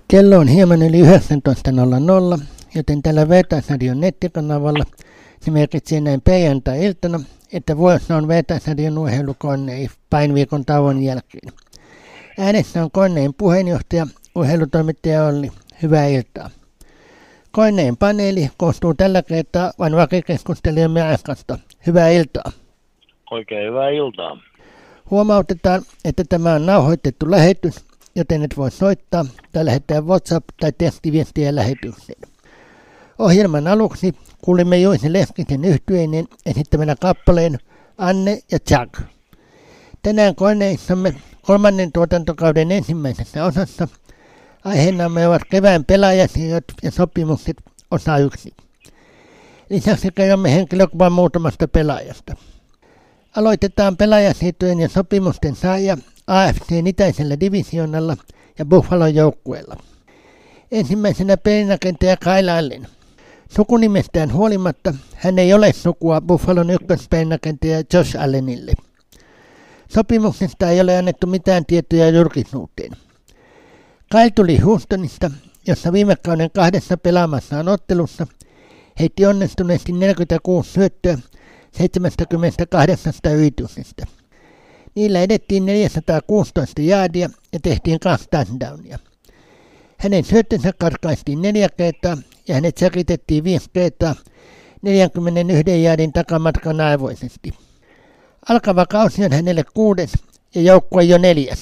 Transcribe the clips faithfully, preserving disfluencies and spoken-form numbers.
Kello on hieman yli yhdeksäntoista nolla nolla, joten tällä Vertaisradion nettikanavalla se merkitsee näin perjantai-iltana, että vuorossa on Vertaisradion urheilukonnei painviikon tauon jälkeen. Äänessä on Konneen puheenjohtaja, urheilutoimittaja Olli. Hyvää iltaa. Konneen paneeli koostuu tällä kertaa vain vakikeskustelijamme Askasta. Hyvää iltaa. Oikein hyvää iltaa. Huomautetaan, että tämä on nauhoitettu lähetys, joten et voi soittaa tai lähettää WhatsApp- tai tekstiviestiä lähetykseen. Ohjelman aluksi kuulimme Juice Leskisen yhtyeinen esittämänä kappaleen Anne ja Chuck. Tänään koneissamme kolmannen tuotantokauden ensimmäisessä osassa aiheenamme ovat kevään pelaajasiirrot ja sopimukset osa yksi. Lisäksi kerromme henkilökuvan muutamasta pelaajasta. Aloitetaan pelaajasiirtojen ja sopimusten saaja A F C:n itäisellä divisioonalla ja Buffalon joukkueella. Ensimmäisenä pelinrakentaja Kyle Allen. Sukunimestään huolimatta hän ei ole sukua Buffalon ykköspelinrakentaja Josh Allenille. Sopimuksesta ei ole annettu mitään tietoja julkisuuteen. Kyle tuli Houstonista, jossa viime kauden kahdessa pelaamassaan ottelussa heitti onnistuneesti neljäkymmentäkuusi syöttöä seitsemänkymmentäkahdeksan yrityksestä. Niillä edettiin neljäsataakuusitoista jaadia ja tehtiin kaksi touchdownia. Hänen syöttönsä katkaistiin neljä kertaa ja hänet säkitettiin viisi kertaa neljänkymmenenyhden jaadin takamatkan aivoisesti. Alkava kausi on hänelle kuudes ja joukkue jo neljäs.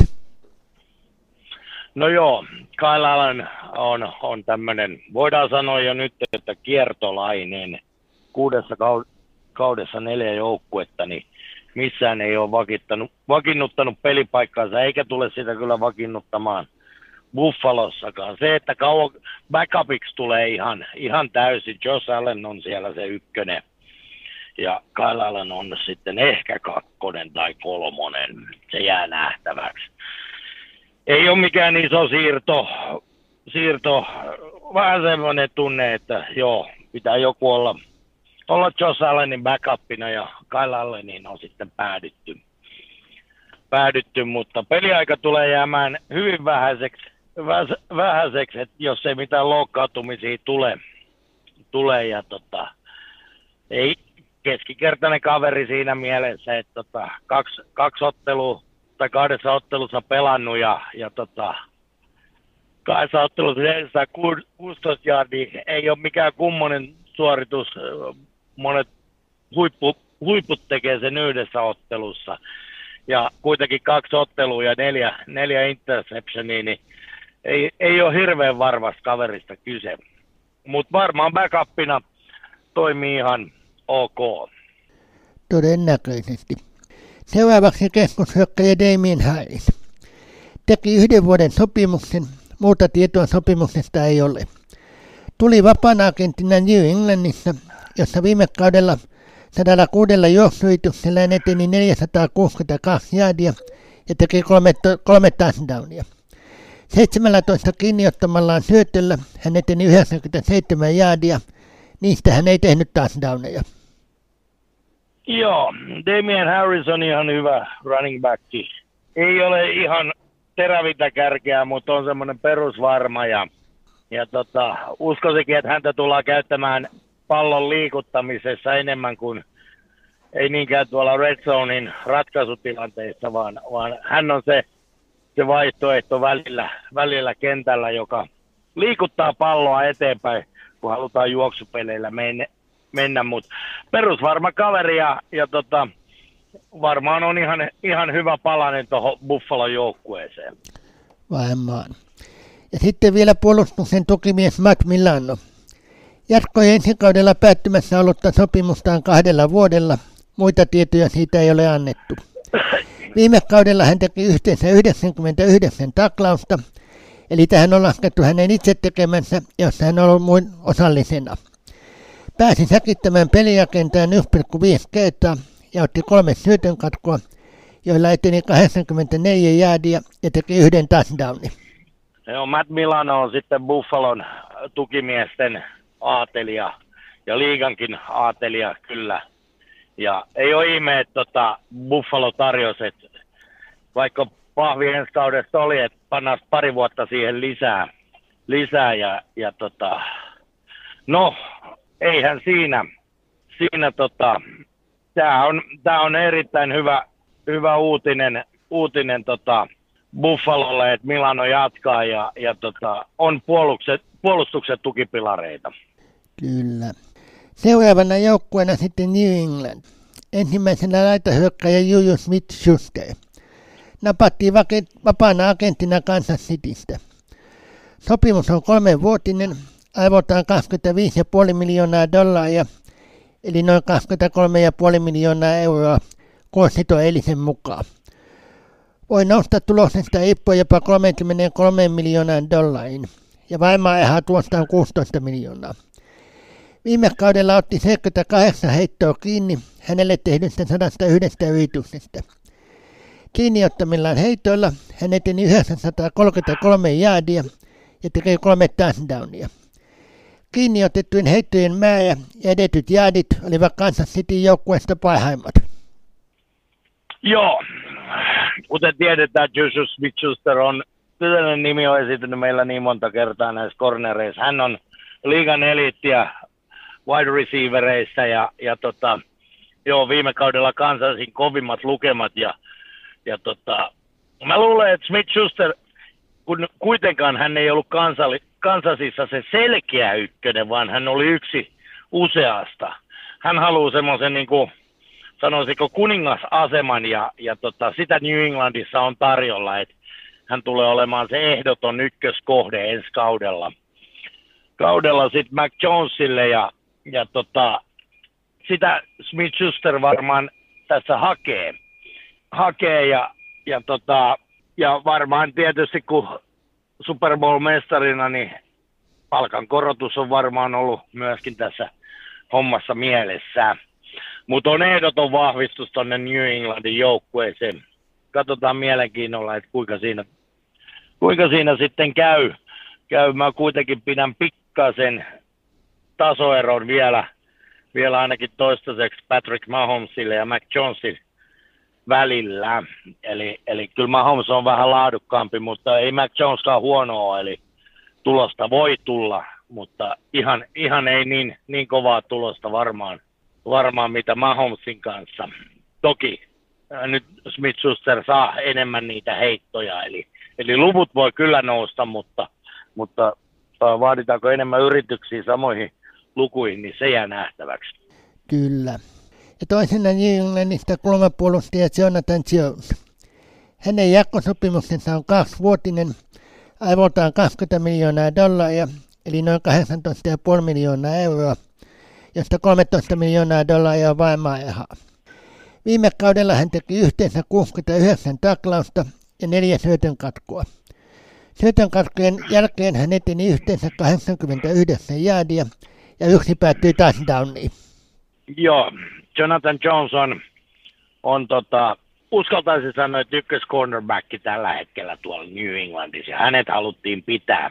No joo, Kyle Allen on, on tämmöinen, voidaan sanoa jo nyt, että kiertolainen. Kuudessa kaudessa neljä joukkuetta, niin missään ei ole vakiinnuttanut pelipaikkaansa, eikä tule sitä kyllä vakiinnuttamaan Buffalossakaan. Se, että kauan backupiksi tulee ihan, ihan täysin. Josh Allen on siellä se ykkönen. Ja Kyle Allen on sitten ehkä kakkonen tai kolmonen. Se jää nähtäväksi. Ei ole mikään iso siirto. Siirto. Vähän semmoinen tunne, että joo, pitää joku olla, olla Josh Allenin backupina ja Kyle Alleniin on sitten päädytty. päädytty. Mutta peliaika tulee jäämään hyvin vähäiseksi, vähäiseksi että jos ei mitään loukkaantumisia tule. tule ja tota, ei keskikertainen kaveri siinä mielessä, että tota, kaksi, kaksi ottelua tai kahdessa ottelussa pelannut ja, ja tota, kahdessa ottelussa neljäsataakuusitoista jardia ei ole mikään kummonen suoritus. Monet huippu, huipput tekee sen yhdessä ottelussa. Ja kuitenkin kaksi ottelua ja neljä, neljä interceptionia, niin ei, ei ole hirveän varmasta kaverista kyse. Mutta varmaan backupina toimii ihan ok. Todennäköisesti. Seuraavaksi keskushyökkäjä Damien Harris. Teki yhden vuoden sopimuksen, muuta tietoa sopimuksesta ei ole. Tuli vapaana agenttina New Englandissa, jossa viime kaudella sata kuusi juoksuyrityksellä eteni neljäsataakuusikymmentäkaksi jaadia ja teki kolme, kolme touchdownia. seitsemäntoista kiinniottamallaan syötöllä hän eteni yhdeksänkymmentäseitsemän jaadia, niistä hän ei tehnyt touchdowneja. Joo, Damien Harris on ihan hyvä running back. Ei ole ihan terävintä kärkeä, mutta on semmoinen perusvarma ja, ja tota, uskoisinkin, että häntä tullaan käyttämään pallon liikuttamisessa enemmän kuin ei niinkään tuolla red zonein ratkaisutilanteissa, vaan, vaan hän on se, se vaihtoehto välillä, välillä kentällä, joka liikuttaa palloa eteenpäin, kun halutaan juoksupeleillä mennä, mennä. Mutta perusvarma kaveri ja, ja tota, varmaan on ihan, ihan hyvä palanen tuohon Buffalon joukkueeseen. Varmaan. Ja sitten vielä puolustuksen tukimies Matt Milano. Jatkoi ensi kaudella päättymässä ollutta sopimustaan kahdella vuodella. Muita tietoja siitä ei ole annettu. Viime kaudella hän teki yhteensä yhdeksänkymmentäyhdeksän taklausta, eli tähän on laskettu hänen itse tekemänsä, jossa hän on ollut muin osallisena. Pääsi säkittämään pelijakentään yksi pilkku viisi kertaa ja otti kolme syötön katkoa, joilla eteni kahdeksankymmentäneljä jaadia ja teki yhden touchdownin. Joo, Matt Milano on sitten Buffalon tukimiesten aatelija ja liigankin aatelija kyllä. Ja ei ole ihme, että tota Buffalo tarjosi, että vaikka pahvi ensi kaudesta oli, että pannaan pari vuotta siihen lisää, lisää ja, ja tota, no eihän siinä, siinä tota, tämä on, tää on erittäin hyvä, hyvä uutinen, uutinen tota, Buffalolle, että Milano jatkaa ja, ja tota, on puolustukset, puolustuksen tukipilareita. Kyllä. Seuraavana joukkueena sitten New England. Ensimmäisenä laitahyökkäjä Juju Smith-Schuster. Napattiin vapaana agenttina Kansas Citystä. Sopimus on kolmenvuotinen, arvoltaan kaksikymmentäviisi pilkku viisi miljoonaa dollaria, eli noin kaksikymmentäkolme pilkku viisi miljoonaa euroa kuosito eilisen mukaan. Voi nousta tuloksesta riippuen jopa kolmekymmentäkolme miljoonaan dollariin, ja vaimaa tuosta on kuusitoista miljoonaa. Viime kaudella otti seitsemänkymmentäkahdeksan heittoa kiinni hänelle tehdystä sata yksi yrityksestä. Kiinniottamillaan heitoilla hän eteni yhdeksänsataakolmekymmentäkolme jaadia ja teki kolme touchdownia. Kiinniotettujen heittojen määrä ja edetyt jaadit olivat Kansas Cityn joukkueesta parhaimmat. Joo, kuten tiedetään, Juju Smith-Schuster on, kyseinen nimi on esitynyt meillä niin monta kertaa näissä cornereissa. Hän on liigan eliittiä wide receivereissä ja, ja tota, joo, viime kaudella Kansasin kovimmat lukemat ja, ja tota, mä luulen, että Smith-Schuster, kun kuitenkaan hän ei ollut kansali, Kansasissa se selkeä ykkönen, vaan hän oli yksi useasta. Hän haluaa semmoisen, niin kuin sanoisiko, kuningasaseman ja, ja tota, sitä New Englandissa on tarjolla, että hän tulee olemaan se ehdoton ykköskohde ensi kaudella. Kaudella sitten Mac Jonesille ja, ja tota, sitä Smith-Schuster varmaan tässä hakee. Hakee ja, ja, tota, ja varmaan tietysti kun Super Bowl-mestarina, niin palkankorotus on varmaan ollut myöskin tässä hommassa mielessä. Mutta on ehdoton vahvistus tuonne New Englandin joukkueeseen. Katsotaan mielenkiinnolla, että kuinka siinä, kuinka siinä sitten käy. käy. Mä kuitenkin pidän pikkasen tasoeron vielä, vielä ainakin toistaiseksi Patrick Mahomesille ja Mac Jonesille välillä. Eli, eli kyllä Mahomes on vähän laadukkaampi, mutta ei Mac Joneskaan huonoa, eli tulosta voi tulla, mutta ihan, ihan ei niin, niin kovaa tulosta varmaan, varmaan mitä Mahomesin kanssa. Toki äh, nyt Smith-Schuster saa enemmän niitä heittoja, eli, eli luvut voi kyllä nousta, mutta, mutta äh, vaaditaanko enemmän yrityksiä samoihin lukuihin, niin se jää nähtäväksi. Kyllä. Ja toisena New Englandista kulmapuolustaja Jonathan Jones. Hänen jatkosopimuksensa on kaksivuotinen, arvoltaan kaksikymmentä miljoonaa dollaria, eli noin kahdeksantoista pilkku viisi miljoonaa euroa, josta kolmetoista miljoonaa dollaria on vaimaajahaa. Viime kaudella hän teki yhteensä kuusikymmentäyhdeksän taklausta ja neljä syötön katkoa. Syötön katkojen jälkeen hän eteni yhteensä kahdeksankymmentäyhdeksän jaadia ja yksi päättyi touchdowniin. Joo, Jonathan Jones on, on tota, uskaltaisin sanoa, että ykkös cornerback tällä hetkellä tuolla New Englandissa. Ja hänet haluttiin pitää,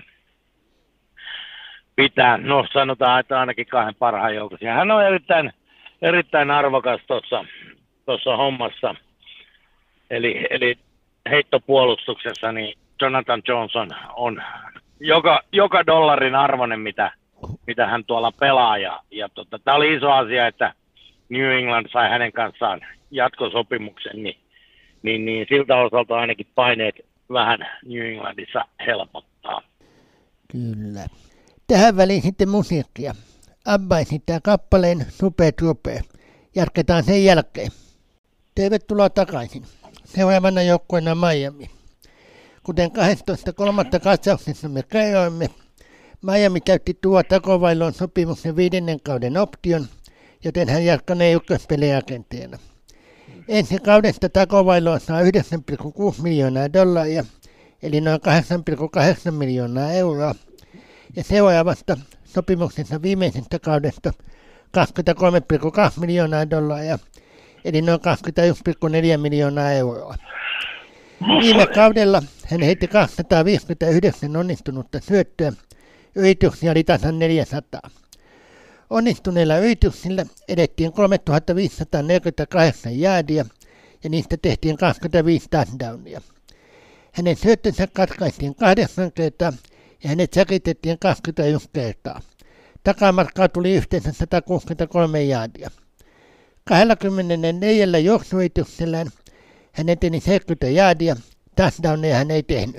pitää, no sanotaan, että ainakin kahden parhaan joukossa. Hän on erittäin, erittäin arvokas tuossa tuossa hommassa. Eli, eli heittopuolustuksessa niin Jonathan Jones on, on joka, joka dollarin arvoinen, mitä, mitä hän tuolla pelaa. Ja, ja tota, tämä oli iso asia, että New England sai hänen kanssaan jatkosopimuksen, niin, niin, niin siltä osalta ainakin paineet vähän New Englandissa helpottaa. Kyllä. Tähän väliin sitten musiikkia. Abba esittää kappaleen Super Trooper. Jatketaan sen jälkeen. Tervetuloa takaisin. Seuraavana joukkueena Miami. Kuten kahdestoista kolmatta katsauksessa me kerroimme, Miami käytti Tua Tagovailoon sopimuksen viidennen kauden option, joten hän jatkanee ykköspeliagenteena. Ensi kaudesta Tagovailoa saa yhdeksän pilkku kuusi miljoonaa dollaria, eli noin kahdeksan pilkku kahdeksan miljoonaa euroa, ja seuraavasta sopimuksessa viimeisestä kaudesta kaksikymmentäkolme pilkku kaksi miljoonaa dollaria, eli noin kaksikymmentäyksi pilkku neljä miljoonaa euroa. Viime kaudella hän heitti kaksisataaviisikymmentäyhdeksän onnistunutta syöttöä, yrityksiä oli tasan neljäsataa. Onnistuneilla yrityksillä edettiin kolmetuhattaviisisataaneljäkymmentäkahdeksan jaadia ja niistä tehtiin kaksikymmentäviisi touchdownia. Hänen syöttönsä katkaistiin kahdeksan kertaa ja hänet säkitettiin kaksikymmentäyksi kertaa. Takamatkaa tuli yhteensä sata kuusikymmentäkolme jaadia. kaksikymmentäneljä juoksuyrityksellään hän eteni seitsemänkymmentä jaadia, touchdownia hän ei tehnyt.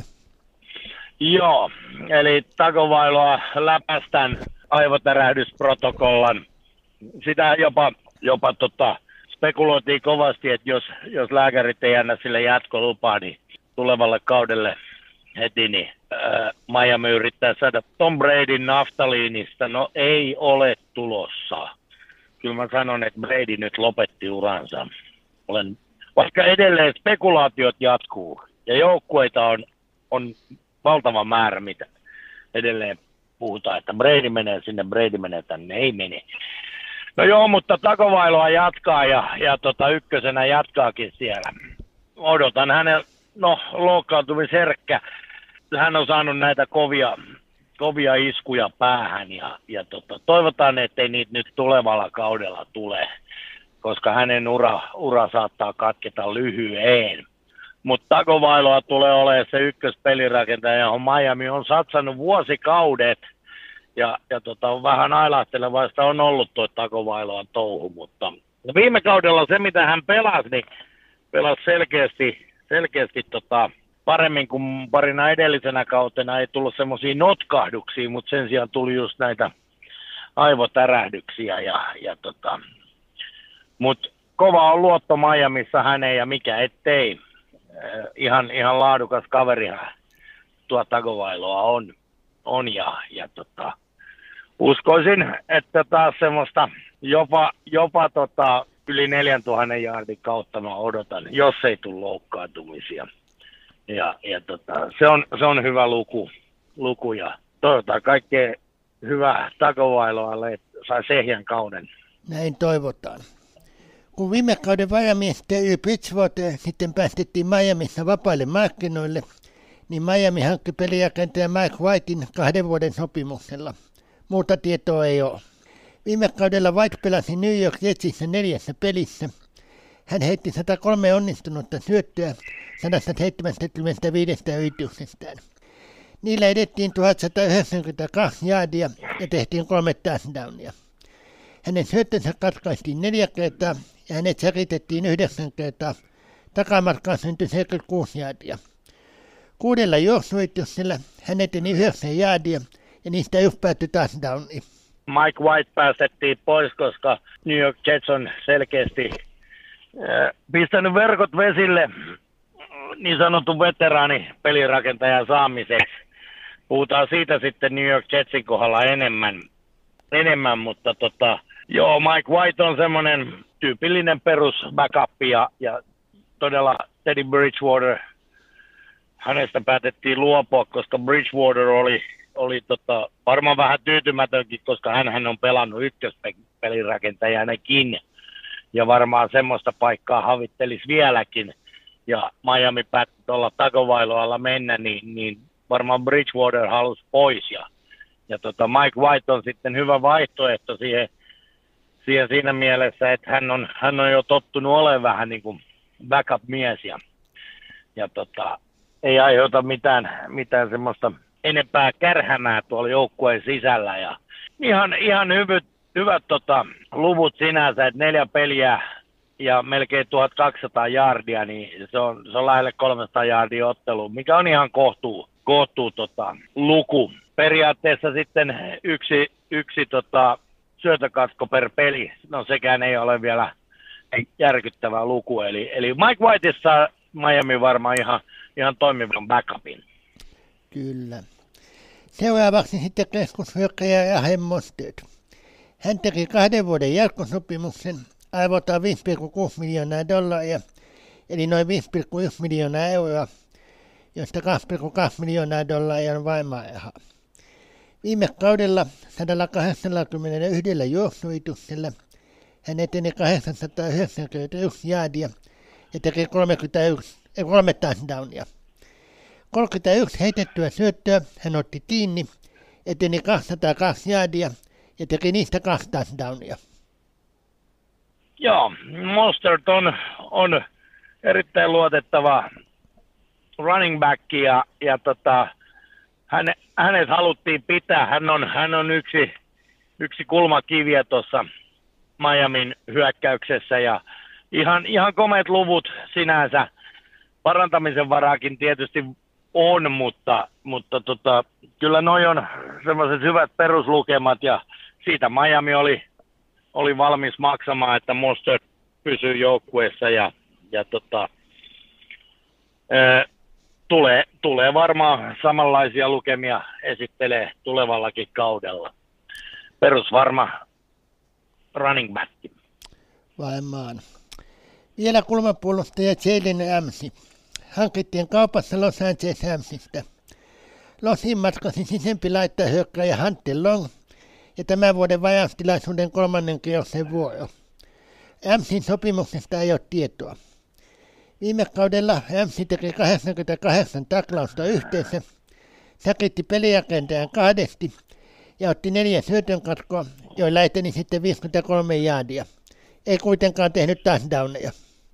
Joo, eli Tagovailoa läpästän aivotärähdysprotokollan. Sitä jopa, jopa tota, spekuloitiin kovasti, että jos, jos lääkärit ei anna sille jatkolupaa, niin tulevalle kaudelle heti, niin ää, Miami yrittää saada Tom Bradyn naftaliinista. No ei ole tulossa. Kyllä mä sanon, että Brady nyt lopetti uransa. Olen, vaikka edelleen spekulaatiot jatkuu ja joukkueita on, on valtava määrä, mitä edelleen puhutaan, että Brady menee sinne, Brady menee tänne, ei mene. No joo, mutta Tagovailoa jatkaa ja, ja tota, ykkösenä jatkaakin siellä. Odotan hänen, no loukkaantumisherkkä. Hän on saanut näitä kovia, kovia iskuja päähän ja, ja tota, toivotaan, ettei niitä nyt tulevalla kaudella tule, koska hänen ura, ura saattaa katketa lyhyeen. Mutta Tagovailoa tulee olemaan se ykköspelirakentaja, johon Miami on satsannut vuosikaudet. Ja, ja tota, on vähän ailahtelevaista on ollut tuo Tagovailoan touhu, mutta viime kaudella se, mitä hän pelasi, niin pelasi selkeästi, selkeästi tota, paremmin kuin parina edellisenä kautena. Ei tullut semmoisia notkahduksia, mutta sen sijaan tuli just näitä aivotärähdyksiä. Ja, ja tota, mutta kova on luotto Miamissa häneen ja mikä ettei. Eh, ihan, ihan laadukas kaverihan tuo Tagovailoa on, on ja, ja tota, uskoisin, että taas semmoista jopa, jopa tota, yli neljäntuhannen jaardin kautta mä odotan, jos ei tule loukkaantumisia. Ja, ja tota, se, on, se on hyvä luku, luku ja toivotaan kaikkea hyvää Tagovailoalle, että saa sehjän kauden. Näin toivotaan. Kun viime kauden vajamies T Y Bridgewater sitten päästettiin Miamissa vapaille markkinoille, niin Miami hankki pelirakentaja Mike Whitein kahden vuoden sopimuksella. Muuta tietoa ei ole. Viime kaudella White pelasi New York Jetsissä neljässä pelissä. Hän heitti sata kolme onnistunutta syöttöä sata seitsemänkymmentäviisi yrityksestään. Niillä edettiin tuhatsata yhdeksänkymmentäkaksi jaadia ja tehtiin kolme touchdownia. Hänen syöttönsä katkaistiin neljä kertaa ja hänet säkitettiin yhdeksän kertaa. Takamatkaan syntyi seitsemänkymmentäkuusi jaadia. Kuudella juoksuyrityksellä hän eteni yhdeksän jaadia ja niistä yksi päättyi touchdowniin. Mike White päästettiin pois, koska New York Jets on selkeästi äh, pistänyt verkot vesille niin sanotun veteraani pelirakentajan saamiseksi. Puhutaan siitä sitten New York Jetsin kohdalla enemmän, enemmän mutta tota, joo, Mike White on semmoinen tyypillinen perus backup ja, ja todella Teddy Bridgewater, hänestä päätettiin luopua, koska Bridgewater oli, oli tota, varmaan vähän tyytymätönkin, koska hän on pelannut ykköspelirakentajanekin ja varmaan semmoista paikkaa havittelisi vieläkin. Ja Miami päätti tuolla Tagovailoalla mennä, niin, niin varmaan Bridgewater halusi pois. Ja, ja tota Mike White on sitten hyvä vaihtoehto siihen, siihen siinä mielessä, että hän on, hän on jo tottunut olemaan vähän niin kuin backup-mies. Ja, ja tota, ei aiheuta mitään, mitään semmoista enempää kärhämää tuolla joukkueen sisällä. Ja ihan, ihan hyvät, hyvät tota, luvut sinänsä, että neljä peliä ja melkein tuhatkaksisataa jaardia, niin se on, se on lähelle kolmesataa jaardia ottelu, mikä on ihan kohtuu, kohtuu tota, luku. Periaatteessa sitten yksi, yksi tota, syötökatko per peli, no sekään ei ole vielä järkyttävä luku. Eli, eli Mike Whiteissa Miami varmaan ihan, ihan toimivan backupin. Kyllä. Seuraavaksi sitten keskushyökkäjä Raheem Mostert. Hän teki kahden vuoden jatkosopimuksen, arvotaan viisi pilkku kuusi miljoonaa dollaria, eli noin viisi pilkku yksi miljoonaa euroa, josta kaksi pilkku kaksi miljoonaa dollaria on vaimarahaa. Viime kaudella sata kahdeksankymmentäyksi juoksuyrityksellä hän eteni kahdeksansataayhdeksänkymmentäyksi jaadia ja teki kolmekymmentäyksi, kolme touchdownia. kolmekymmentäyksi heitettyä syöttöä hän otti kiinni, eteni kaksisataakaksi jaadia ja teki niistä kaksi touchdownia. Joo, Mostert on, on erittäin luotettava running back ja, ja tota, häne, hänet haluttiin pitää. Hän on, hän on yksi, yksi kulmakiviä tuossa Miamin hyökkäyksessä ja ihan, ihan komeat luvut sinänsä. Parantamisen varaakin tietysti on, mutta, mutta tota, kyllä noi on sellaiset hyvät peruslukemat ja siitä Miami oli, oli valmis maksamaan, että Mostert pysyy joukkueessa ja, ja tota, ää, tulee, tulee varmaan samanlaisia lukemia esittelee tulevallakin kaudella. Perusvarma running back. Varmaan. Vielä kulmapuolustaja Jalen Ramsey. Hankittiin kaupassa Los Angeles Ramsista. Losin matkasi sisempi laittaa hyökkääjä Hunter Long ja tämän vuoden vajaustilaisuuden kolmannen kierroksen vuoro. Ramseyn sopimuksesta ei ole tietoa. Viime kaudella Ramsey teki kahdeksankymmentäkahdeksan taklausta yhteensä, säkitti pelirakentajan kahdesti ja otti neljä syötön katkoa, joilla eteni sitten viisikymmentäkolme jaadia. Ei kuitenkaan tehnyt touchdowneja.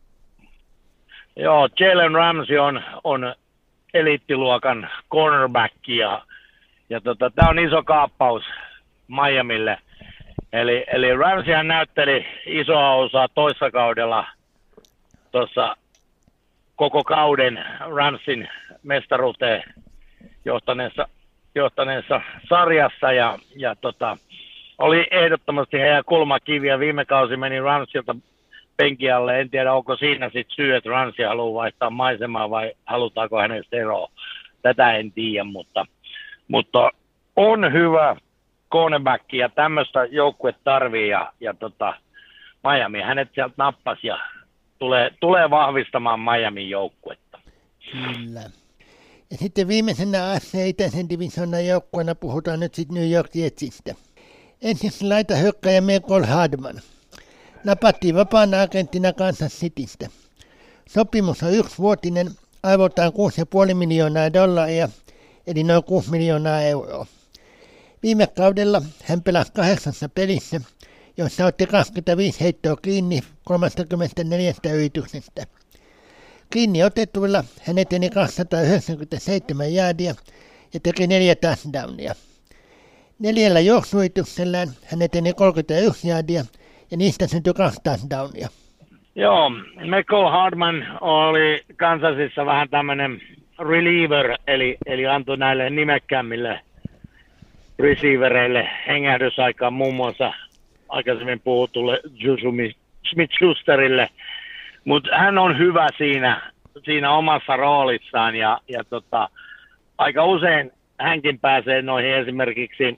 Joo, Jalen Ramsey on, on eliittiluokan cornerback ja, ja tota, tämä on iso kaappaus Miamille. Eli, eli Ramseyhän näytteli isoa osaa toissa kaudella tuossa koko kauden Ramseyn mestaruuteen johtaneessa, johtaneessa sarjassa ja, ja tota, oli ehdottomasti heidän kulmakiviä. Viime kausi meni Ramseylta penkin alle. En tiedä, onko siinä sitten syy, että Ramsey haluaa vaihtaa maisemaa vai halutaanko hänestä eroa. Tätä en tiedä, mutta, mutta on hyvä cornerback ja tämmöistä joukkue tarvii ja, ja tota, Miami hänet sieltä nappasi ja tulee, tulee vahvistamaan Miamin joukkuetta. Kyllä. Ja sitten viimeisenä A F C-itäisen divisionan joukkueena puhutaan nyt sitten New York Jetsistä. Ensiksi laita hyökkääjä Mecole Hardman. Napattiin vapaana agenttina Kansas Citystä. Sopimus on yksivuotinen, arvoltaan kuusi pilkku viisi miljoonaa dollaria, eli noin kuusi miljoonaa euroa. Viime kaudella hän pelasi kahdeksassa pelissä, joissa otti kaksikymmentäviisi heittoa kiinni kolmekymmentäneljä yrityksestä. Kiinni otetuilla hän eteni kaksisataayhdeksänkymmentäseitsemän jaadia ja teki neljä touchdownia. Neljällä juoksuyrityksellään hän eteni kolmekymmentäyksi jaadia ja niistä syntyi kaksi touchdownia. Joo, Mecole Hardman oli Kansasissa vähän tämmöinen reliever, eli, eli antoi näille nimekkäämmille receivereille hengähdysaikaa muun muassa aikaisemmin puhutulle Juju Smith-Schusterille. Mutta hän on hyvä siinä, siinä omassa roolissaan ja, ja tota, aika usein hänkin pääsee noihin esimerkiksi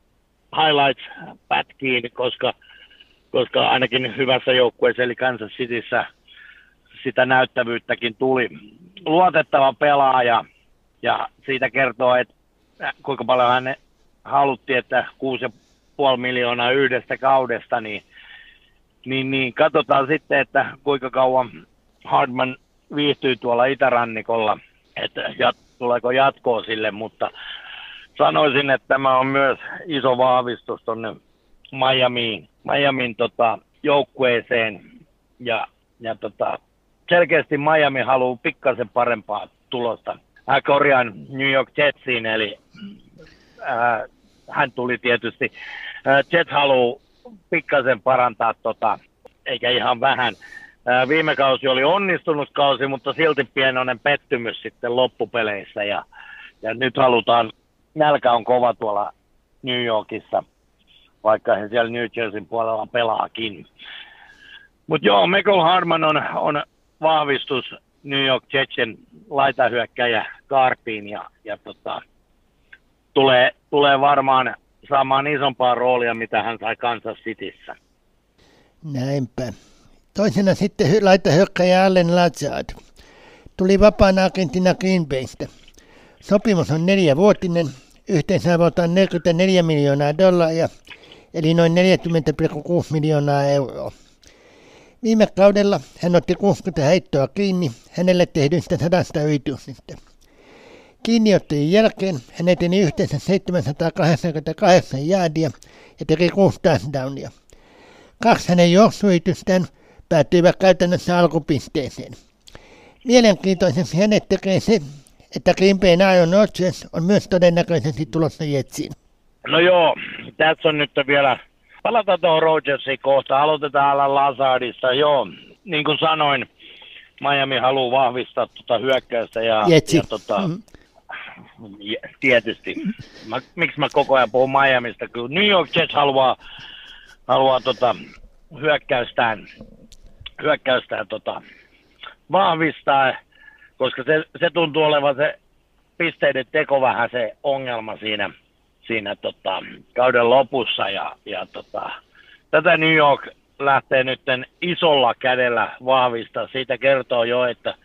highlights-pätkiin, koska, koska ainakin hyvässä joukkueessa eli Kansas Cityssä sitä näyttävyyttäkin tuli. Luotettava pelaaja ja siitä kertoo, että kuinka paljon hän haluttiin, että kuusi pilkku viisi miljoonaa yhdestä kaudesta, niin, niin, niin katsotaan sitten, että kuinka kauan Hardman viihtyy tuolla itärannikolla, että jat, tuleeko jatkoa sille, mutta sanoisin, että tämä on myös iso vahvistus tuonne Miamiin, Miamin tota, joukkueeseen ja, ja tota, selkeästi Miami haluaa pikkasen parempaa tulosta. Hän korjaan New York Jetsiin, eli ää, hän tuli tietysti. Ää, Jets haluaa pikkasen parantaa, tota, eikä ihan vähän. Ää, viime kausi oli onnistunut kausi, mutta silti pienoinen pettymys sitten loppupeleissä. Ja, ja nyt halutaan, nälkä on kova tuolla New Yorkissa, vaikka he siellä New Jerseyn puolella pelaakin. Mutta joo, Mecole Hardman on, on vahvistus New York Jetsin laitahyökkäjä Karpiin ja, ja tota, tulee, tulee varmaan saamaan isompaa roolia, mitä hän sai Kansas Cityssä. Näinpä. Toisena sitten laitahyökkäjä Allen Lazard. Tuli vapaana agentina Green Baystä. Sopimus on neljävuotinen, yhteensä arvoltaan neljäkymmentäneljä miljoonaa dollaria, eli noin neljäkymmentä pilkku kuusi miljoonaa euroa. Viime kaudella hän otti kuusikymmentä heittoa kiinni hänelle tehdyistä sadasta yrityksestä. Kiinniottojen jälkeen hän eteni yhteensä seitsemänsataakahdeksankymmentäkahdeksan jaadia ja teki kuusi touchdownia. Kaksi hänen juoksuyritystään päättyivät käytännössä alkupisteeseen. Mielenkiintoiseksi hänet tekee se, että Green Bayn Aaron Rodgers on myös todennäköisesti tulossa Jetsiin? No joo, tässä on nyt vielä, palataan tuohon Rodgersiin kohta, aloitetaan Alan Lazardista, joo, niin kuin sanoin, Miami haluaa vahvistaa tuota hyökkäystä ja, ja tota, mm. ja, tietysti, mä, miksi mä koko ajan puhun Miamista, kun New York Jets haluaa, haluaa tota, hyökkäystään, hyökkäystään tota, vahvistaa, koska se, se tuntuu olevan se pisteiden teko vähän se ongelma siinä, siinä tota, kauden lopussa. Ja, ja tota, tätä New York lähtee nyt isolla kädellä vahvistaa. Siitä kertoo jo, että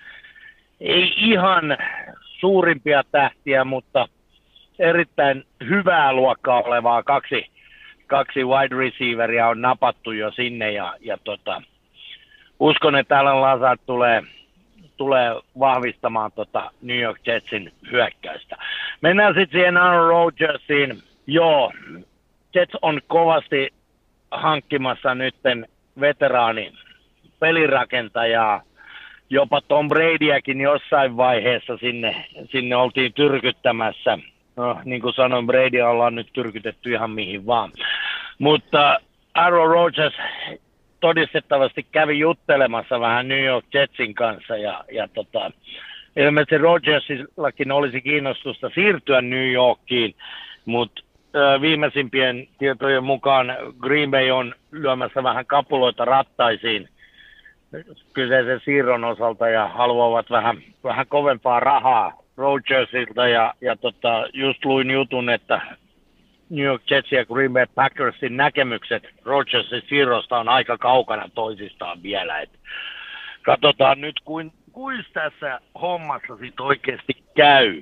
ei ihan suurimpia tähtiä, mutta erittäin hyvää luokkaa olevaa kaksi, kaksi wide receiveria on napattu jo sinne. Ja, ja tota, uskon, että Alan Lazard tulee... tulee vahvistamaan tota New York Jetsin hyökkäystä. Mennään sitten siihen Aaron Rodgersiin. Joo, Jets on kovasti hankkimassa nytten veteraani pelirakentajaa. Jopa Tom Bradyäkin jossain vaiheessa sinne, sinne oltiin tyrkyttämässä. No, niin kuin sanoin, Brady ollaan nyt tyrkytetty ihan mihin vaan. Mutta Aaron Rodgers todistettavasti kävi juttelemassa vähän New York Jetsin kanssa ja, ja tota, ilmeisesti Rodgersillakin olisi kiinnostusta siirtyä New Yorkiin, mutta viimeisimpien tietojen mukaan Green Bay on lyömässä vähän kapuloita rattaisiin kyseisen siirron osalta ja haluavat vähän, vähän kovempaa rahaa Rodgersilta ja, ja tota, just luin jutun, että New York Jets ja Green Bay Packersin näkemykset Rodgersin siirrosta on aika kaukana toisistaan vielä. Et katsotaan nyt, kuin, kuin tässä hommassa sit oikeasti käy.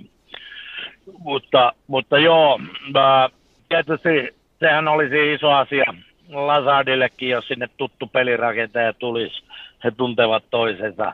Mutta, mutta joo, äh, tietysti sehän olisi iso asia Lazardillekin, jos sinne tuttu pelirakentaja tulisi. He tuntevat toisensa.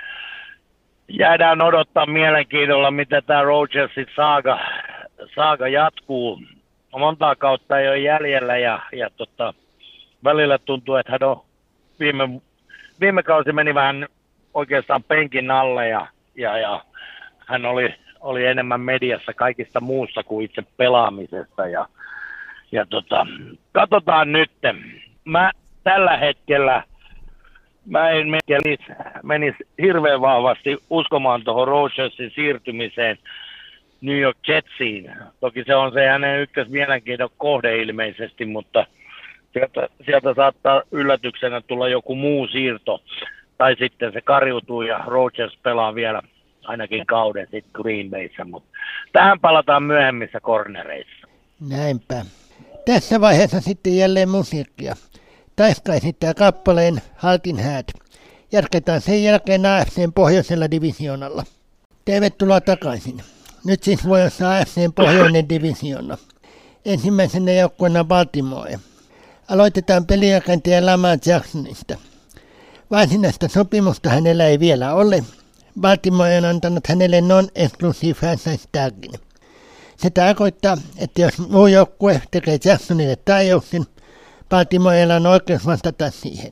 Jäädään odottaa mielenkiinnolla, mitä tämä Rodgersin saaga, saaga jatkuu. Montaa kautta ei ole jäljellä ja, ja tota, välillä tuntuu, että hän on viime, viime kausi meni vähän oikeastaan penkin alle ja, ja, ja hän oli, oli enemmän mediassa kaikista muusta kuin itse pelaamisesta. Ja, ja tota, katsotaan nyt. Mä tällä hetkellä mä en menisi, menisi hirveän vahvasti uskomaan tuohon Rodgersin siirtymiseen New York Jetsiin. Toki se on se hänen ykkös mielenkiinnon kohde ilmeisesti, mutta sieltä, sieltä saattaa yllätyksenä tulla joku muu siirto. Tai sitten se kariutuu ja Rodgers pelaa vielä ainakin kauden sitten Green Bayssä, mutta tähän palataan myöhemmissä cornereissa. Näinpä. Tässä vaiheessa sitten jälleen musiikkia. Taiska esittää kappaleen Halkin häät. Jatketaan sen jälkeen A F C:n pohjoisella divisioonalla. Tervetuloa takaisin. Nyt siis vuorossa A F C:n pohjoinen divisiona. Ensimmäisenä joukkueena Baltimore. Aloitetaan pelirakentaja Lamar Jacksonista. Varsinaista sopimusta hänellä ei vielä ole. Baltimore on antanut hänelle non-exclusive franchise tagin. Se tarkoittaa, että jos muu joukkue tekee Jacksonille tarjouksen, Baltimorella on oikeus vastata siihen.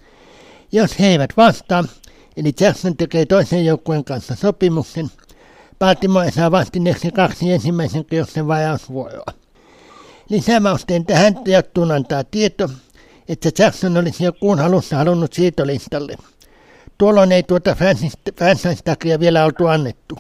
Jos he eivät vastaa, eli Jackson tekee toisen joukkueen kanssa sopimuksen, Baltimore saa vastineeksi kaksi ensimmäisen kierroksen varausvuoroa. Lisämausteen tähän teottuun antaa tieto, että Jackson olisi jo kuun alussa halunnut siirtolistalle. Tuolloin ei tuota franchise-takia vielä oltu annettu.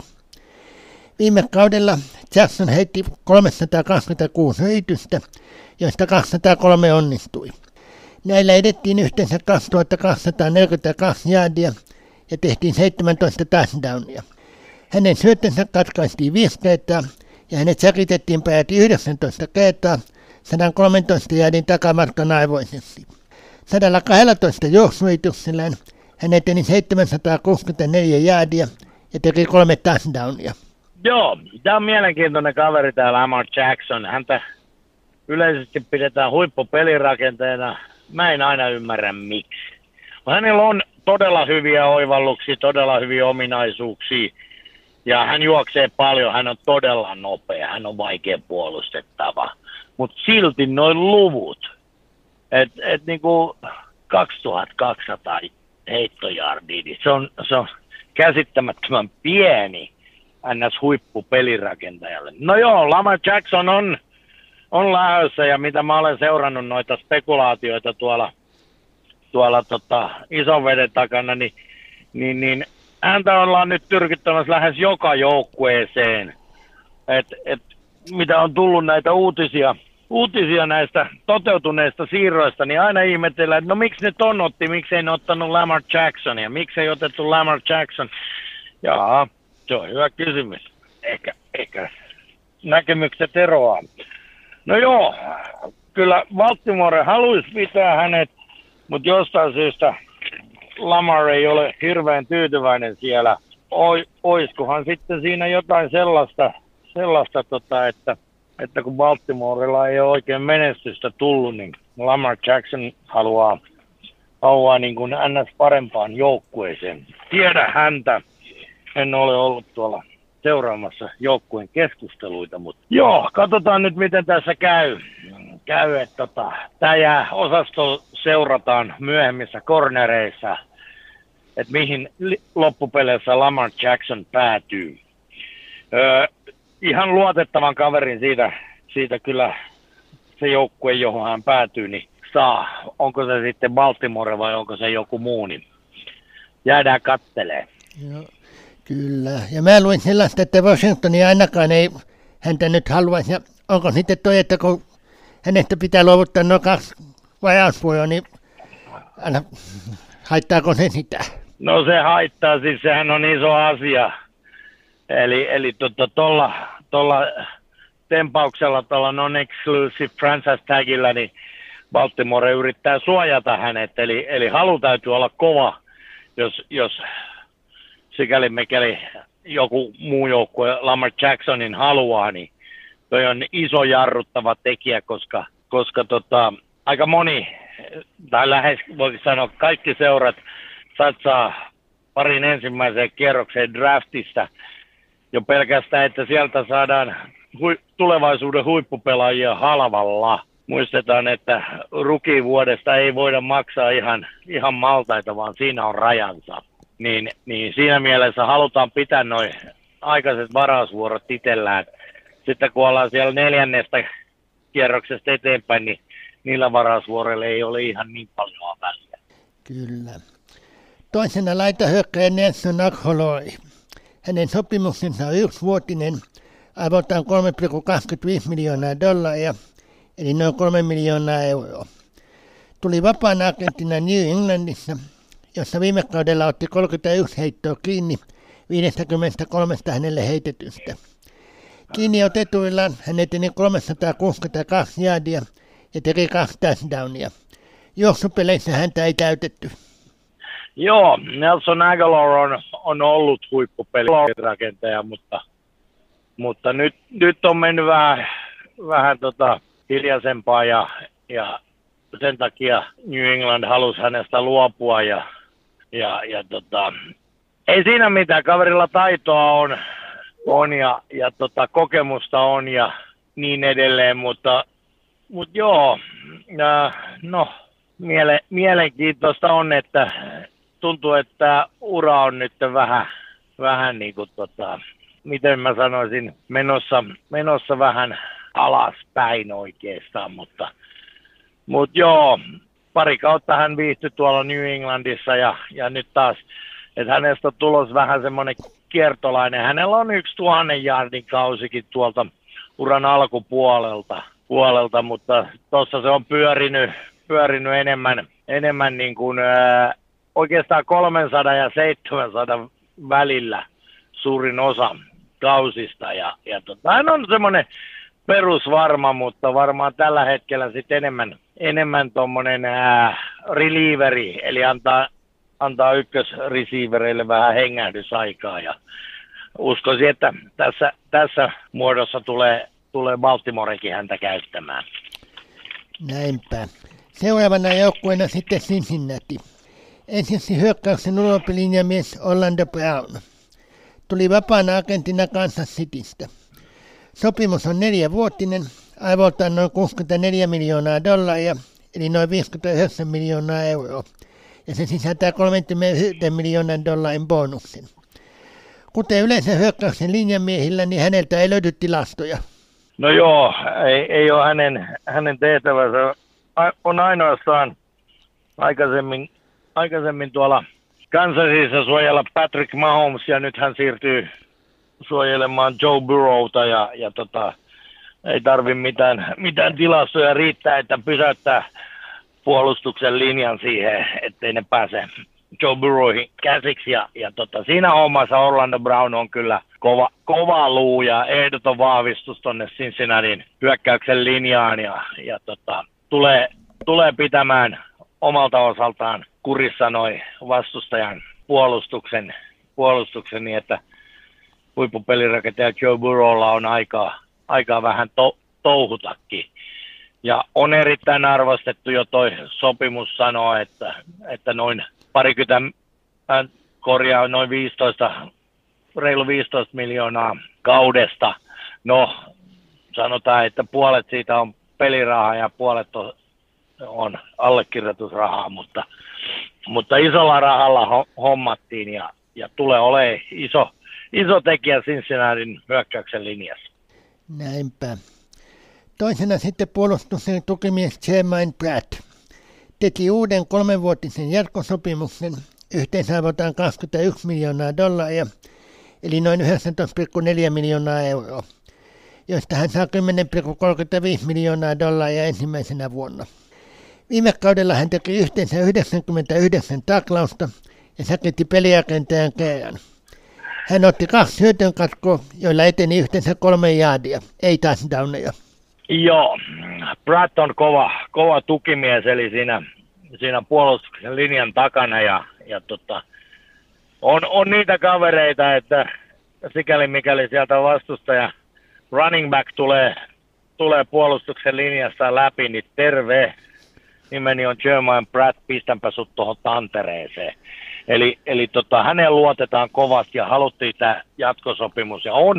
Viime kaudella Jackson heitti kolmesataakaksikymmentäkuusi yritystä, joista kaksisataakolme onnistui. Näillä edettiin yhteensä kaksituhattakaksisataaneljäkymmentäkaksi jardia ja tehtiin seitsemäntoista touchdownia. Hänen syöttönsä katkaistiin viisi kertaa ja hänet säkitettiin peräti yhdeksäntoista kertaa sata kolmetoista jardin takamatkan arvoisesti. sata kaksitoista juoksuyrityksellään hän eteni seitsemänsataakuusikymmentäneljä jardia ja teki kolme touchdownia. Joo, tämä on mielenkiintoinen kaveri tämä Lamar Jackson. Häntä yleisesti pidetään huippupelirakenteena. Mä en aina ymmärrä miksi. Hänellä on todella hyviä oivalluksia, todella hyviä ominaisuuksia. Ja hän juoksee paljon, hän on todella nopea, hän on vaikea puolustettava. Mutta silti noin luvut, että et niinku kaksituhattakaksisataa heittojardia, niin se on, se on käsittämättömän pieni N S-huippupelirakentajalle. No joo, Lamar Jackson on, on lähdössä ja mitä mä olen seurannut noita spekulaatioita tuolla, tuolla tota, ison veden takana, niin, niin, niin häntä ollaan nyt tyrkyttämässä lähes joka joukkueeseen. Et, et, mitä on tullut näitä uutisia, uutisia näistä toteutuneista siirroista, niin aina ihmetellään, että no miksi ne ton otti, miksi ei ne ottanut Lamar Jacksonia, miksi ei otettu Lamar Jackson. Jaa, se on hyvä kysymys. Ehkä, ehkä näkemykset eroaa. No joo, kyllä Baltimore haluaisi pitää hänet, mutta jostain syystä Lamar ei ole hirveän tyytyväinen siellä. Oi, oiskohan sitten siinä jotain sellaista, sellaista tota, että, että kun Baltimorella ei ole oikein menestystä tullut, niin Lamar Jackson haluaa, haluaa niin kuin N S parempaan joukkueeseen. Tiedä häntä. En ole ollut tuolla seuraamassa joukkueen keskusteluita, mutta joo, katsotaan nyt miten tässä käy. käy että tota, tämä jää osasto seurataan myöhemmissä cornereissa, että mihin loppupeleissä Lamar Jackson päätyy. Öö, ihan luotettavan kaverin siitä, siitä kyllä se joukkue, johon hän päätyy, niin saa. Onko se sitten Baltimore vai onko se joku muu, niin jäädään kattelee. Joo. Kyllä, ja mä luin sellaista, että Washingtonia ainakaan ei häntä nyt haluaisi, ja onko sitten toi, että kun hänestä pitää luovuttaa noin kaksi vajausvuoja, niin aina, haittaako se sitä? No se haittaa, siis sehän on iso asia, eli, eli tuolla tota, tolla tempauksella, tuolla non-exclusive franchise tagillä, niin Baltimore yrittää suojata hänet, eli, eli halu täytyy olla kova, jos... jos sikäli mikäli joku muu joukkue Lamar Jacksonin haluaa, niin toi on iso jarruttava tekijä, koska, koska tota, aika moni, tai lähes voisi sanoa kaikki seurat satsaa parin ensimmäiseen kierrokseen draftissa jo pelkästään, että sieltä saadaan hui, tulevaisuuden huippupelaajia halvalla. Muistetaan, että rookie-vuodesta ei voida maksaa ihan, ihan maltaita, vaan siinä on rajansa. Niin, niin siinä mielessä halutaan pitää noin aikaiset varausvuorot itsellään. Sitten kun ollaan siellä neljännestä kierroksesta eteenpäin, niin niillä varausvuoroilla ei ole ihan niin paljon väliä. Kyllä. Toisena laitahyökkäjä Nelson Agholor. Hänen sopimuksensa on yksivuotinen, arvoltaan kolme pilkku kaksikymmentäviisi miljoonaa dollaria, eli noin kolme miljoonaa euroa. Tuli vapaana agenttina New Englandissa, jossa viime kaudella otti kolmekymmentäyksi heittoa kiinni viisikymmentäkolme hänelle heitetystä. Kiinni otetuillaan hän eteni kolmesataakuusikymmentäkaksi jaadia ja teki kaksi touchdownia. Juoksupeleissä häntä ei täytetty. Joo, Nelson Agholor on, on ollut huippupelirakentaja, mutta, mutta nyt, nyt on mennyt vähän, vähän tota hiljaisempaa ja, ja sen takia New England halusi hänestä luopua ja Ja, ja tota, ei siinä mitään, kaverilla taitoa on, on ja, ja tota, kokemusta on ja niin edelleen, mutta, mutta joo, äh, no miele, mielenkiintoista on, että tuntuu, että ura on nyt vähän, vähän niin kuin tota, miten mä sanoisin, menossa, menossa vähän alaspäin oikeastaan, mutta, mutta joo, pari kautta hän viihtyi tuolla New Englandissa ja, ja nyt taas, että hänestä on tulos vähän semmoinen kiertolainen. Hänellä on yksi tuhannen jardin kausikin tuolta uran alkupuolelta, puolelta, mutta tuossa se on pyörinyt, pyörinyt enemmän, enemmän niin kuin, ää, oikeastaan kolmesataa ja seitsemänsataa välillä suurin osa kausista. Ja, ja tota, hän on semmoinen perusvarma, mutta varmaan tällä hetkellä sitten enemmän, enemmän tuommoinen ää, relieveri, eli antaa, antaa ykkösreceivereille vähän hengähdysaikaa. Ja uskoisin, että tässä, tässä muodossa tulee, tulee Baltimorekin häntä käyttämään. Näinpä. Seuraavana joukkueena sitten Cincinnati. Ensiksi hyökkäyksen ulkopelinjamies Orlando Brown. Tuli vapaana agentina Kansas Citystä. Sopimus on neljävuotinen, arvoltaan noin kuusikymmentäneljä miljoonaa dollaria, eli noin viisikymmentäyhdeksän miljoonaa euroa, ja se sisältää kolmekymmentäyksi miljoonan dollarin bonuksen. kuten yleensä hyökkäyksen linjamiehillä, niin häneltä ei löydy tilastoja. No joo, ei, ei ole hänen, hänen tehtävänsä. On ainoastaan aikaisemmin, aikaisemmin tuolla Kansasissa suojella Patrick Mahomes, ja nyt hän siirtyy suojelemaan Joe Burrowta, ja, ja tota, ei tarvi mitään, mitään tilastoja, riittää, että pysäyttää puolustuksen linjan siihen, ettei ne pääse Joe Burrowin käsiksi. Ja, ja tota, siinä hommassa Orlando Brown on kyllä kova, kova luu ja ehdoton vahvistus tuonne Cincinnatin hyökkäyksen linjaan. Ja, ja tota, tulee, tulee pitämään omalta osaltaan kurissa noi vastustajan puolustuksen, puolustuksen niin, että huippupelirakentaja Joe Burrowlla on aikaa, aikaa vähän to, touhutakin. Ja on erittäin arvostettu jo toi sopimus sanoo, että, että noin parikymmentä, äh, korjaa noin viisitoista, reilu viisitoista miljoonaa kaudesta. No, sanotaan, että puolet siitä on pelirahaa ja puolet on, on allekirjoitusrahaa, mutta, mutta isolla rahalla hommattiin ja, ja tulee olemaan iso, iso tekijä Cincinnatin hyökkäyksen linjassa. Näinpä. Toisena sitten puolustuksen tukimies Jermaine Pratt teki uuden kolmenvuotisen jatkosopimuksen yhteensä arvoltaan kaksikymmentäyksi miljoonaa dollaria, eli noin yhdeksäntoista pilkku neljä miljoonaa euroa, joista hän saa kymmenen pilkku kolmekymmentäviisi miljoonaa dollaria ensimmäisenä vuonna. Viime kaudella hän teki yhteensä yhdeksänkymmentäyhdeksän taklausta ja säkitti pelirakentajan kerran. Hän otti kaksi hyötön katkoa, joilla eteni yhteensä kolme jaadia, ei touchdowneja. Joo, Pratt on kova, kova tukimies, eli siinä, siinä puolustuksen linjan takana, ja, ja tota, on, on niitä kavereita, että sikäli mikäli sieltä vastustaja running back tulee, tulee puolustuksen linjasta läpi, niin terve, nimeni on Jermaine Pratt, pistänpä sut tuohon tantereeseen. Eli, eli tota, häneen luotetaan kovasti ja haluttiin tämä jatkosopimus, ja on,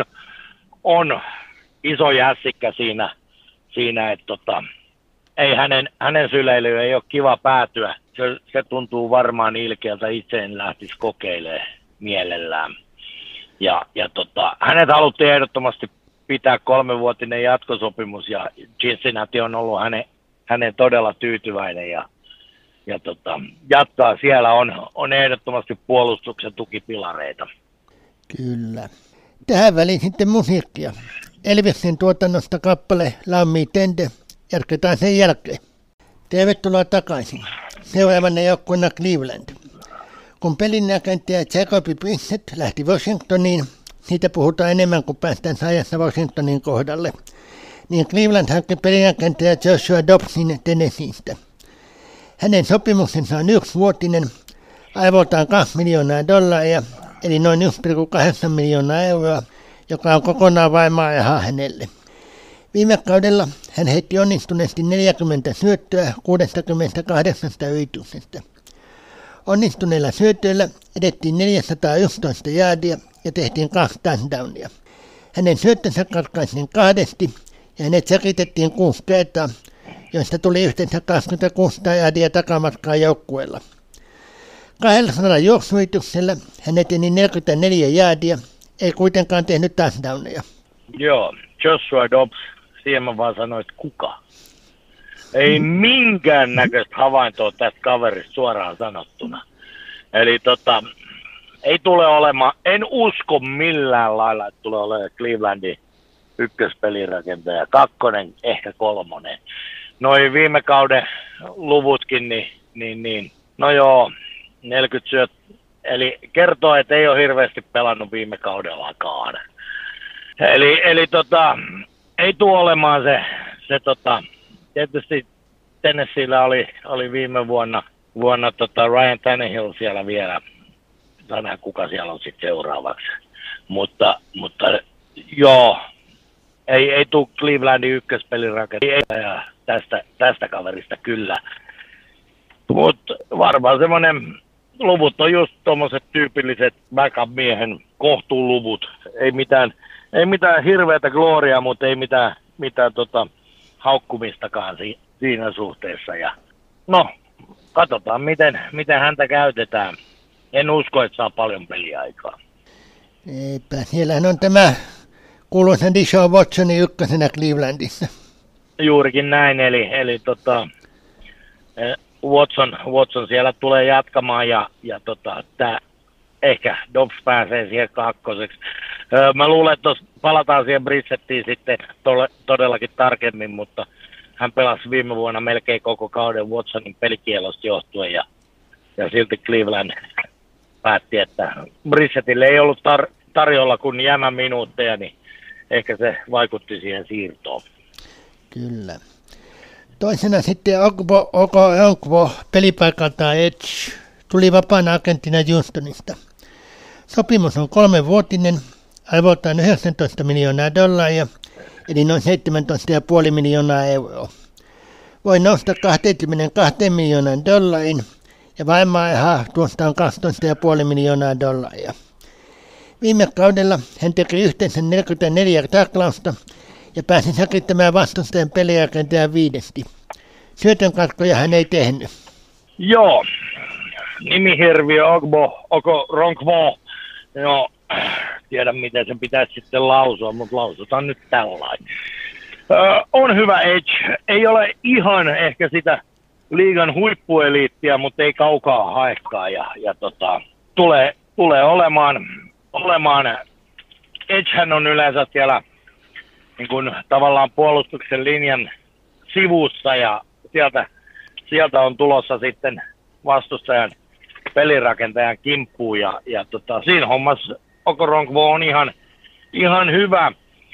on iso jässikkä siinä, siinä että tota, ei hänen, hänen syleilyyn ei ole kiva päätyä. Se, se tuntuu varmaan ilkeältä, itse en lähtisi kokeilemaan mielellään. Ja, ja tota, hänet haluttiin ehdottomasti pitää kolmevuotinen jatkosopimus, ja Cincinnati on ollut hänen, hänen todella tyytyväinen, ja, ja tota, jatkaa siellä on, on ehdottomasti puolustuksen tukipilareita. Kyllä. Tähän väliin sitten musiikkia. Elviksen tuotannosta kappale Love Me Tender. Jatketaan sen jälkeen. Tervetuloa takaisin. Seuraavana joukkueena Cleveland. Kun pelinrakentaja Jacoby Brissett lähti Washingtoniin, siitä puhutaan enemmän kuin päästään ajassa Washingtonin kohdalle, niin Cleveland hankki pelinrakentaja Joshua Dobbsin Tennesseeistä. Hänen sopimuksensa on yksivuotinen, arvoltaan kaksi miljoonaa dollaria, eli noin yksi pilkku kahdeksan miljoonaa euroa, joka on kokonaan varmaa rahaa hänelle. Viime kaudella hän heitti onnistuneesti neljäkymmentä syöttöä kuusikymmentäkahdeksan yrityksestä. Onnistuneilla syötöillä edettiin neljäsataayksitoista jaadia ja tehtiin kaksi touchdownia. Hänen syöttönsä katkaistiin kahdesti ja hänet säkitettiin kuusi kertaa, joista tuli yhteensä kaksikymmentäkuusi jaadia takamatkaa joukkueella. kaksisataa juoksuyrityksellä hän eteni neljäkymmentäneljä jaadia, ei kuitenkaan tehnyt touchdowneja. Joo, Joshua Dobbs, siihen mä vaan sanoin, että kuka? Ei minkään näköistä havaintoa tästä kaverista suoraan sanottuna. Eli tota, ei tule olemaan, en usko millään lailla, että tulee olemaan Clevelandin ykköspelirakentaja, kakkonen, ehkä kolmonen. Noi viime kauden luvutkin, niin, niin, niin no joo, neljäkymmentä syöt, eli kertoo, että ei ole hirveästi pelannut viime kaudellakaan. Eli, eli tota, ei tule olemaan se, se tota, tietysti Tennesseellä oli, oli viime vuonna, vuonna tota Ryan Tannehill siellä vielä, tänään kuka siellä on sitten seuraavaksi, mutta, mutta joo, ei, ei tule Clevelandin ykköspelirakentaja tästä, tästä kaverista kyllä, mutta varmaan semmoinen, luvut on just tommoset tyypilliset backup-miehen kohtuuluvut, ei mitään, ei mitään hirveätä gloriaa, mutta ei mitään, mitään tota, haukkumistakaan si- siinä suhteessa. Ja, no, katsotaan miten, miten häntä käytetään. En usko, että saa paljon peliaikaa. Eipä, siellähän on tämä kuuluisa Deshaun Watsoni ykkösenä Clevelandissa. Juurikin näin, eli, eli tota, Watson, Watson siellä tulee jatkamaan ja, ja tota, tää, ehkä Dobbs pääsee siihen kakkoseksi. Öö, mä luulen, että palataan siihen Brissettiin sitten tole, todellakin tarkemmin, mutta hän pelasi viime vuonna melkein koko kauden Watsonin pelikielosta johtuen ja, ja silti Cleveland päätti, että Brissettille ei ollut tar- tarjolla kuin jämä minuutteja, niin ehkä se vaikutti siihen siirtoon. Kyllä. Toisena sitten Ogbo, Ogo Ogbo pelipaikalta Edge tuli vapaana agenttina Houstonista. Sopimus on kolmenvuotinen, arvoltaan yhdeksäntoista miljoonaa dollaria, eli noin seitsemäntoista pilkku viisi miljoonaa euroa. Voi nousta kaksikymmentäkaksi miljoonaa dollarin, ja vaimaihaa tuosta on kaksitoista pilkku viisi miljoonaa dollaria. Viime kaudella hän teki yhteensä neljäkymmentäneljä taklausta ja pääsi säkittämään vastustajan pelirakentajan viidesti. Syötön katkoja hän ei tehnyt. Joo, nimihirviö Ogbo, Ogo Ronkvo. No, tiedä miten se pitäisi sitten lausua, mutta lausutaan nyt tällainen. Öö, on hyvä edge. Ei ole ihan ehkä sitä liigan huippueliittiä, mutta ei kaukaa haekaan. Ja, ja tota, tulee, tulee olemaan, olemaan. Edgehän on yleensä siellä niin kuin tavallaan puolustuksen linjan sivussa ja sieltä, sieltä on tulossa sitten vastustajan pelirakentajan kimppuun ja, ja tota, siinä hommassa Okoronkvo on ihan, ihan hyvä.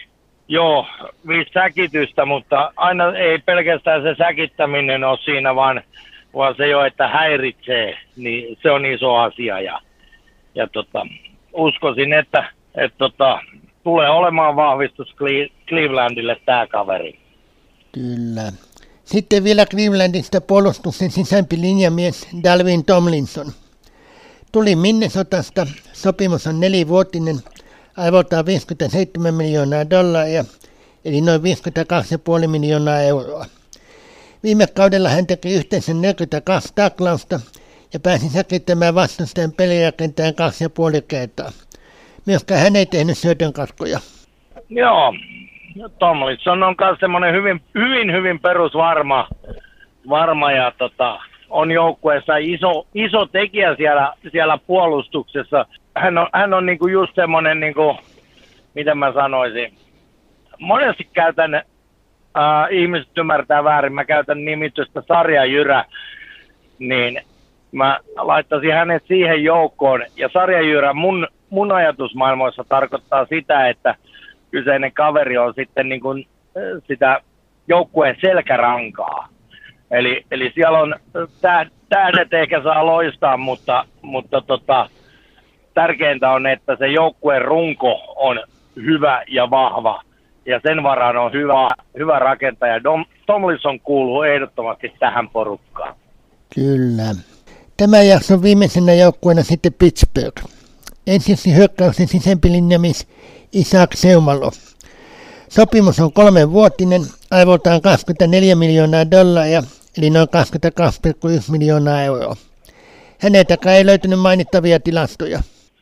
Joo, viisi säkitystä, mutta aina ei pelkästään se säkittäminen ole siinä, vaan, vaan se jo, että häiritsee, niin se on iso asia ja, ja tota, uskoisin, että et tota, tulee olemaan vahvistus Clevelandille tämä kaveri. Kyllä. Sitten vielä Clevelandista puolustuksen sisämpi linjamies Dalvin Tomlinson. Tuli Minnesotasta, sopimus on nelivuotinen, arvoltaan viisikymmentäseitsemän miljoonaa dollaria, eli noin viisikymmentäkaksi pilkku viisi miljoonaa euroa. Viime kaudella hän teki yhteensä neljäkymmentäkaksi taklausta ja pääsi säkittämään vastustajan pelirakentajan kaksi ja puoli kertaa. Myöskään hän ei tehnyt syötön katkoja. Joo, Tomlinson on myös semmoinen hyvin, hyvin, hyvin perusvarma varma ja tota, on joukkueessa iso, iso tekijä siellä, siellä puolustuksessa. Hän on, hän on niinku just semmoinen, niinku, miten mä sanoisin, monesti käytän, äh, ihmiset ymmärtää väärin, mä käytän nimitystä sarjajyrä, niin mä laittaisin hänet siihen joukkoon. Ja sarjajyrä mun, mun ajatusmaailmoissa tarkoittaa sitä, että kyseinen kaveri on sitten niin kuin sitä joukkueen selkärankaa. Eli, eli siellä on tähdet ehkä saa loistaa, mutta, mutta tota, tärkeintä on, että se joukkueen runko on hyvä ja vahva. Ja sen varaan on hyvä, hyvä rakentaja. Dom, Tomlinson kuuluu ehdottomasti tähän porukkaan. Kyllä. Tämä jakso viimeisenä joukkueena sitten Pittsburgh. Ensiksi hyökkäyksen sisämpi linjamies Isaac Seumalo. Sopimus on kolmenvuotinen, arvoltaan kaksikymmentäneljä miljoonaa dollaria, eli noin kaksikymmentäkaksi pilkku yksi miljoonaa euroa. Häneltäkään ei löytynyt mainittavia tilastoja.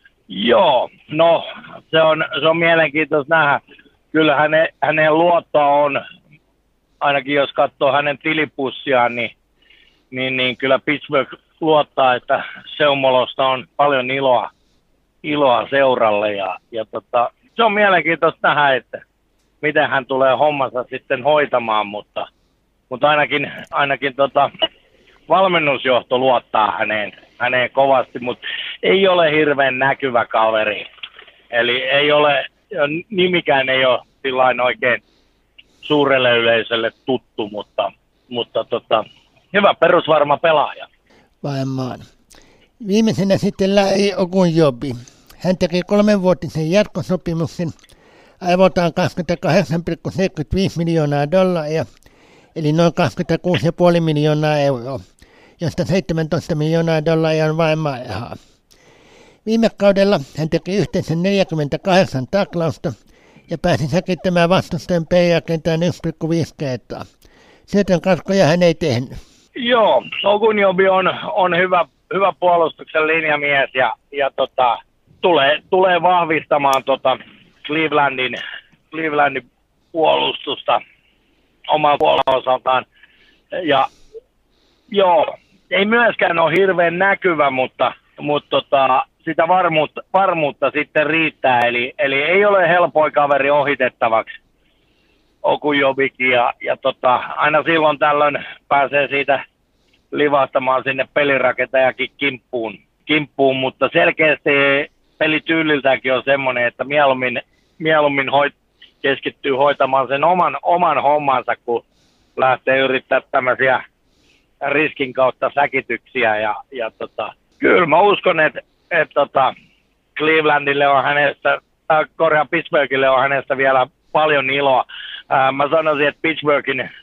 Joo, no se on, se on mielenkiintoista nähdä. Kyllä hänen, hänen luottoa on, ainakin jos katsoo hänen tilipussiaan, niin, niin, niin kyllä Pittsburgh luottaa, että Seumolosta on paljon iloa, iloa seuralle. Ja, ja tota, se on mielenkiintoista nähdä, että miten hän tulee hommansa sitten hoitamaan, mutta, mutta ainakin, ainakin tota, valmennusjohto luottaa häneen, häneen kovasti, mutta ei ole hirveän näkyvä kaveri. Eli ei ole, nimikään ei ole sillain oikein suurelle yleisölle tuttu, mutta, mutta tota, hyvä perusvarma pelaaja. Varmaan. Viimeisenä sitten Larry Ogunjobi. Hän teki kolmenvuotisen jatkosopimuksen, arvoltaan kaksikymmentäkahdeksan pilkku seitsemänkymmentäviisi miljoonaa dollaria, eli noin kaksikymmentäkuusi pilkku viisi miljoonaa euroa, josta seitsemäntoista miljoonaa dollaria on vain maihaa. Viime kaudella hän teki yhteensä neljäkymmentäkahdeksan taklausta ja pääsi säkittämään vastustajan pelirakentajan yksi pilkku viisi kertaa. Syötön katkoja hän ei tehnyt. Joo, Ogunjobi on, on hyvä, hyvä puolustuksen linjamies ja, ja tota, tulee, tulee vahvistamaan tota Clevelandin, Clevelandin puolustusta omalta puolelta. Ja joo, ei myöskään ole hirveän näkyvä, mutta, mutta tota, sitä varmuutta, varmuutta sitten riittää. Eli, eli ei ole helpoin kaveri ohitettavaksi Okujovikin. Ja, ja tota, aina silloin tällöin pääsee siitä livahtamaan sinne pelirakentajakin kimppuun, kimppuun. Mutta selkeästi pelityyliltäänkin on semmoinen, että mieluummin, mieluummin hoit, keskittyy hoitamaan sen oman, oman hommansa, kun lähtee yrittämään tämmöisiä riskin kautta säkityksiä. Ja, ja tota, kyllä mä uskon, että et tota, Clevelandille on hänestä, äh, Korea Pittsburghille on hänestä vielä paljon iloa. Äh, mä sanoisin, että Pittsburghin äh,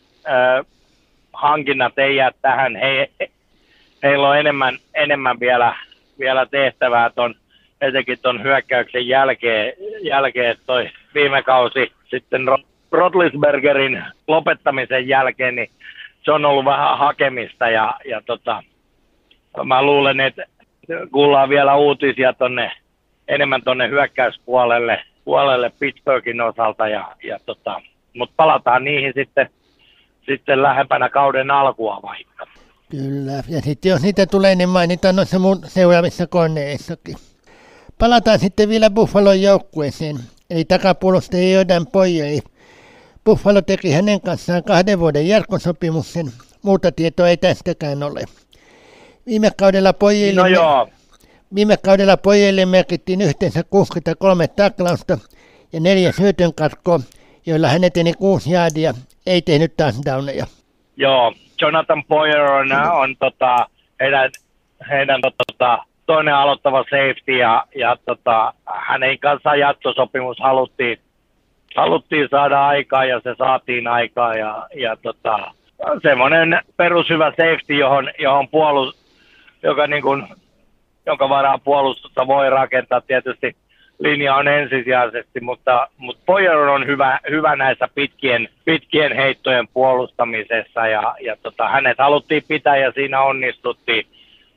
hankinnat ei jää tähän. He, he, heillä on enemmän, enemmän vielä, vielä tehtävää ton, etenkin tuon hyökkäyksen jälkeen, jälkeen toi viime kausi sitten Roethlisbergerin lopettamisen jälkeen, niin se on ollut vähän hakemista ja, ja tota, mä luulen, että kuullaan vielä uutisia tonne, enemmän tuonne hyökkäyspuolelle puolelle Pittsburghin osalta, ja, ja tota, mutta palataan niihin sitten, sitten lähempänä kauden alkua vaikka. Kyllä, ja sitten jos niitä tulee, niin mainitaan noissa mun seuraavissa koneissakin. Palataan sitten vielä Buffalon joukkueeseen, eli takapuolustaja Jordan Poyer. Buffalo teki hänen kanssaan kahden vuoden jatkosopimuksen, muuta tietoa ei tästäkään ole. Viime kaudella Poyerille, no joo. Viime kaudella Poyerille merkittiin yhteensä kuusikymmentäkolme taklausta ja neljä syötönkatkoa, joilla hän eteni kuusi jaadia, ei tehnyt touchdowneja. Joo, Jonathan Poyer on, on tota, heidän, heidän tota, toinen aloittava safety ja, ja tota, hänen kanssaan jatkosopimus haluttiin, haluttiin saada aikaa ja se saatiin aikaa ja, ja tota, semmoinen perushyvä safety, johon, johon puolus, joka niin kuin, jonka varaan puolustusta voi rakentaa. Tietysti linja on ensisijaisesti, mutta, mutta Poyer on hyvä, hyvä näissä pitkien, pitkien heittojen puolustamisessa ja, ja tota, hänet haluttiin pitää ja siinä onnistuttiin.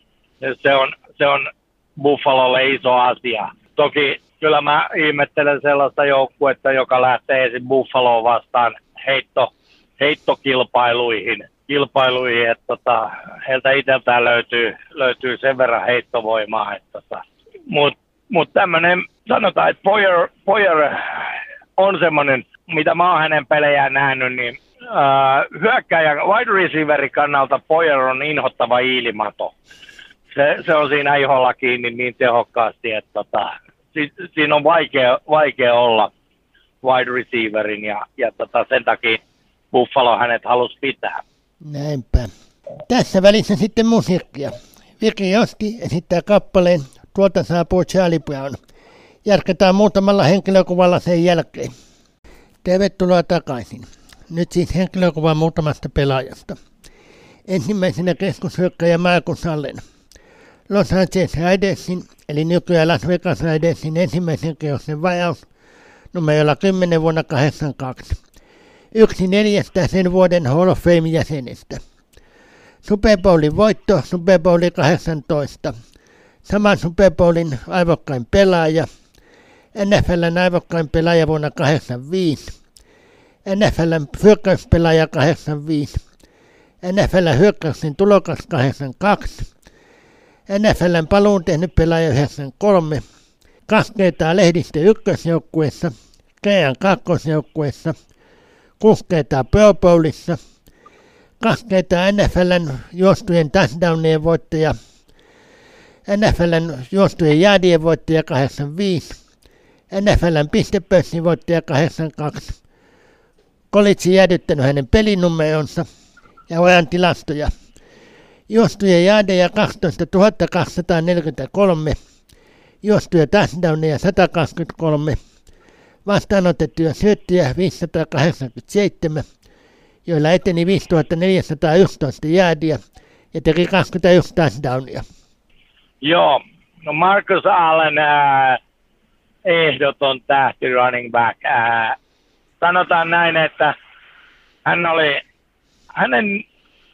Se on, se on Buffalolle iso asia. Toki kyllä mä ihmettelen sellaista joukkuetta, joka lähtee ensin Buffaloon vastaan heitto, heittokilpailuihin. kilpailuihin, että tota, heiltä itseltään löytyy, löytyy sen verran heittovoimaa. Tota. Mutta mut tämmöinen, sanotaan, että Poyer, Poyer on semmoinen, mitä mä oon hänen pelejään nähnyt, niin äh, hyökkääjä wide receiverin kannalta Poyer on inhottava iilimato. Se, se on siinä iholla kiinni niin tehokkaasti, että tota, si, siinä on vaikea, vaikea olla wide receiverin ja, ja tota, sen takia Buffalo hänet halusi pitää. Näinpä. Tässä välissä sitten musiikkia. Vicky Osti esittää kappaleen Tuolta saapuu Charlie Brown. Jatketaan muutamalla henkilökuvalla sen jälkeen. Tervetuloa takaisin. Nyt siis henkilökuva muutamasta pelaajasta. Ensimmäisenä keskushyökkäjä Marcus Allen. Los Angeles Raidersin, eli nykyään Las Vegas Raidersin ensimmäisen kierroksen vajaus numerolla kymmenen vuonna kahdeksankymmentäkaksi. Yksi neljästä sen vuoden Hall of Fame-jäsenestä. Super Bowlin voitto Super Bowli kahdeksantoista. Saman Super Bowlin aivokkain pelaaja. N F L:n aivokkain pelaaja vuonna kahdeksankymmentäviisi. N F L:n hyökkäyspelaaja kahdeksankymmentäviisi. N F L:n hyökkäyksen tulokas kahdeksankymmentäkaksi. N F L:n paluun tehnyt pelaaja yhdeksänkymmentäkolme. Kaksi kertaa lehdistön ykkösjoukkueessa. Kean kakkosjoukkueessa. Kuusi kertaa Pro Bowlissa, kaksi kertaa N F L:n juostujen touchdownien voittaja, N F L:n juostujen jaadien voittaja kahdeksankymmentäviisi, N F L:n pistepörssin voittaja kahdeksankymmentäkaksi, College jäädyttänyt hänen pelinumeronsa ja uran tilastoja, juostujen jaadeja kaksitoistatuhatta kaksisataaneljäkymmentäkolme, juostuja touchdowneja sata kaksikymmentäkolme, vastaanotettuja syöttöjä viisisataakahdeksankymmentäseitsemän, joilla eteni viisituhatta neljäsataayksitoista jäädiä ja teki kaksikymmentäyksi touchdownia. Joo, no Marcus Allen äh, ehdoton tähti running back. Äh, sanotaan näin, että hän oli, hänen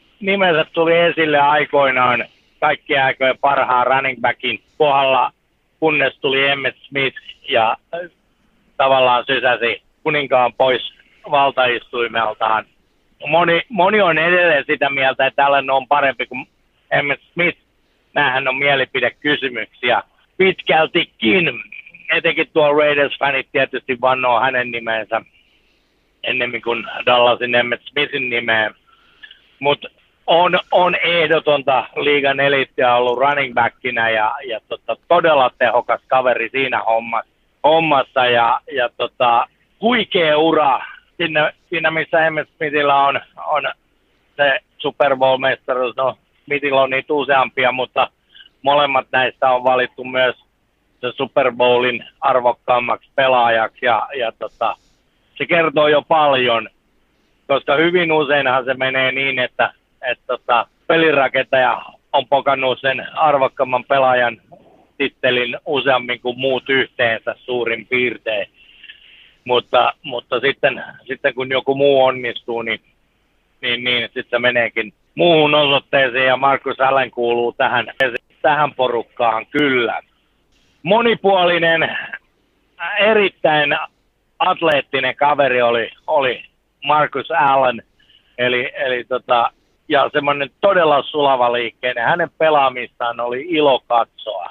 nimensä tuli esille aikoinaan kaikkien aikojen parhaan running backin kohdalla kunnes tuli Emmitt Smith ja tavallaan sysäsi kuninkaan pois valtaistuimeltaan. Moni, moni on edelleen sitä mieltä, että Allen on parempi kuin Emmitt Smith. Nämähän on mielipidekysymyksiä pitkältikin. Etenkin tuo Raiders-fanit tietysti vannoo hänen nimensä ennemmin kuin Dallasin Emmitt Smithin nimeä. Mutta on, on ehdotonta liigan eliittiä ollut running backinä ja, ja tota, todella tehokas kaveri siinä hommassa. hommassa ja, ja tota, huikea ura siinä, siinä missä Emmitt Smithillä on, on se Super Bowl-mestaruus. No, Smithillä on niitä useampia, mutta molemmat näistä on valittu myös se Super Bowlin arvokkaammaksi pelaajaksi ja, ja tota, se kertoo jo paljon, koska hyvin useinhan se menee niin, että et tota, pelirakentaja on pokannut sen arvokkaamman pelaajan tittelin useammin kuin muut yhteensä suurin piirtein. Mutta, mutta sitten, sitten kun joku muu onnistuu, niin, niin, niin sitten se meneekin muuhun osoitteeseen ja Marcus Allen kuuluu tähän, tähän porukkaan kyllä. Monipuolinen, erittäin atleettinen kaveri oli, oli Marcus Allen, eli, eli tota, ja semmoinen todella sulava liikkeinen. Hänen pelaamistaan oli ilo katsoa.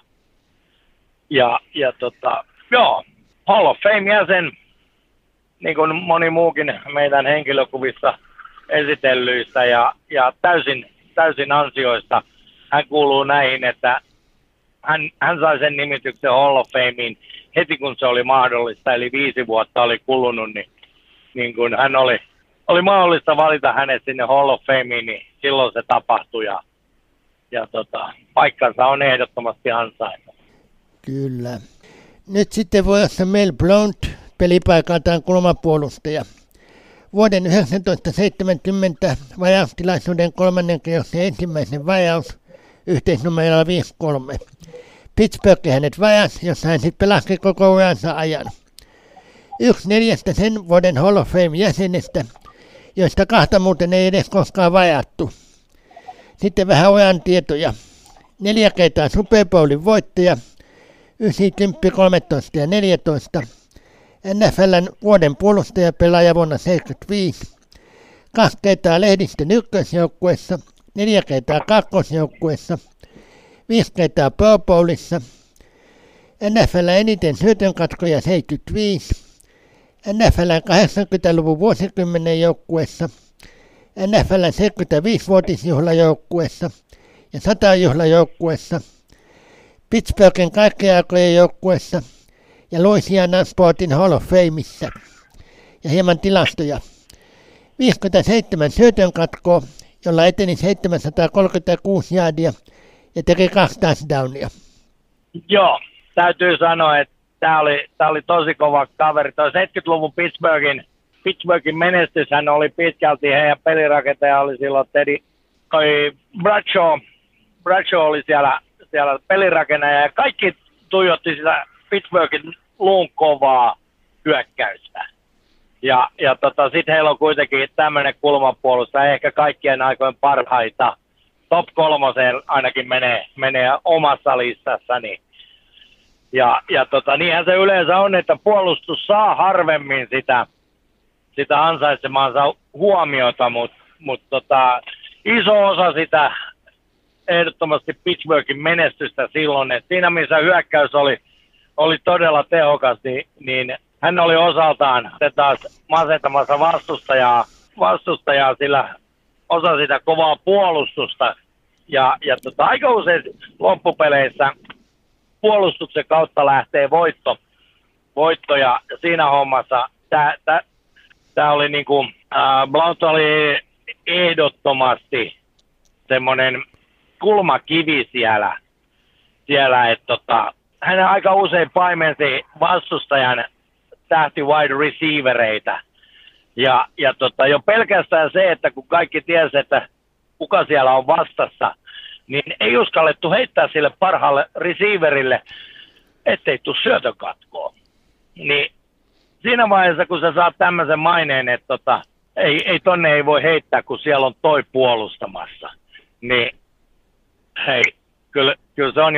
Ja, ja tota, joo, Hall of Fame-jäsen, niin kuin moni muukin meidän henkilökuvissa esitellyistä ja, ja täysin, täysin ansioista. Hän kuuluu näihin, että hän, hän sai sen nimityksen Hall of Fameen heti kun se oli mahdollista, eli viisi vuotta oli kulunut, niin, niin kun hän oli, oli mahdollista valita hänet sinne Hall of Fameen, niin silloin se tapahtui ja, ja tota, paikkansa on ehdottomasti ansainnut. Kyllä. Nyt sitten voi olla Mel Blount, pelipaikaltaan kulmapuolustaja. Vuoden yhdeksäntoistaseitsemänkymmentä vajaustilaisuuden kolmannen kierroksen ensimmäisen vajaus yhteisnumerolla viisi kolme. Pittsburgh hänet vajasi, jossa hän sitten pelasi koko uransa ajan. Yksi neljästä sen vuoden Hall of Fame-jäsenestä, joista kahta muuten ei edes koskaan vajattu. Sitten vähän uran tietoja. Neljä kertaa Super Bowlin voittaja, yhdeksän, kymmenen, kolmetoista ja neljätoista. N F L:n vuoden puolustajapelaaja vuonna seitsemänkymmentäviisi. Kaksi kertaa lehdistön ykkösjoukkueessa, neljä kertaa kakkosjoukkueessa, viisi kertaa Pro Bowlissa. N F L eniten syötönkatkoja seitsemänkymmentäviisi. N F L:n kahdeksankymmentäluvun vuosikymmenen joukkueessa, N F L:n seitsemänkymmentäviisi-vuotisjuhlajoukkueessa ja sata-juhlajoukkueessa, Pittsburghin kaikkien aikojen joukkueessa ja Louisiana Sportin Hall of Fameissa. Ja hieman tilastoja. viisikymmentäseitsemän syötönkatkoa, jolla eteni seitsemänsataakolmekymmentäkuusi jaadia ja teki kaksi touchdownia. Joo, täytyy sanoa, että tämä oli, tämä oli tosi kova kaveri. Tuo seitsemänkymmentäluvun Pittsburghin, Pittsburghin menestyshän oli pitkälti, heidän pelirakentaja oli silloin Teddy Bradshaw. Bradshaw oli siellä, siellä pelirakennaja ja kaikki tuijotti sitä Pittsburghin luun kovaa hyökkäystä. Ja, ja tota, sitten heillä on kuitenkin tämmöinen kulmapuolustaja, ehkä kaikkien aikojen parhaita. Top kolmoseen ainakin menee, menee omassa listassani. Ja, ja tota, niinhän se yleensä on, että puolustus saa harvemmin sitä, sitä ansaitsemaansa huomiota, mutta mut tota, iso osa sitä ehdottomasti Pittsburghin menestystä silloin, että siinä missä hyökkäys oli, oli todella tehokas, niin, niin hän oli osaltaan taas masentamassa vastustajaa, vastustajaa, sillä osa sitä kovaa puolustusta. Ja, ja tota, aika usein loppupeleissä puolustuksen kautta lähtee voitto, voitto ja siinä hommassa tämä oli niin kuin, äh, Blount oli ehdottomasti semmoinen kulmakivi siellä, siellä että tota, hän aika usein paimensi vastustajan tähti wide receivereitä. Ja, ja tota, jo pelkästään se, että kun kaikki tiesi, että kuka siellä on vastassa, niin ei uskallettu heittää sille parhaalle receiverille, ettei tule syötökatkoa. Niin siinä vaiheessa, kun sä saat tämmöisen maineen, että tota, ei, ei tonne ei voi heittää, kun siellä on toi puolustamassa, niin hei, kyllä, kyllä se on jo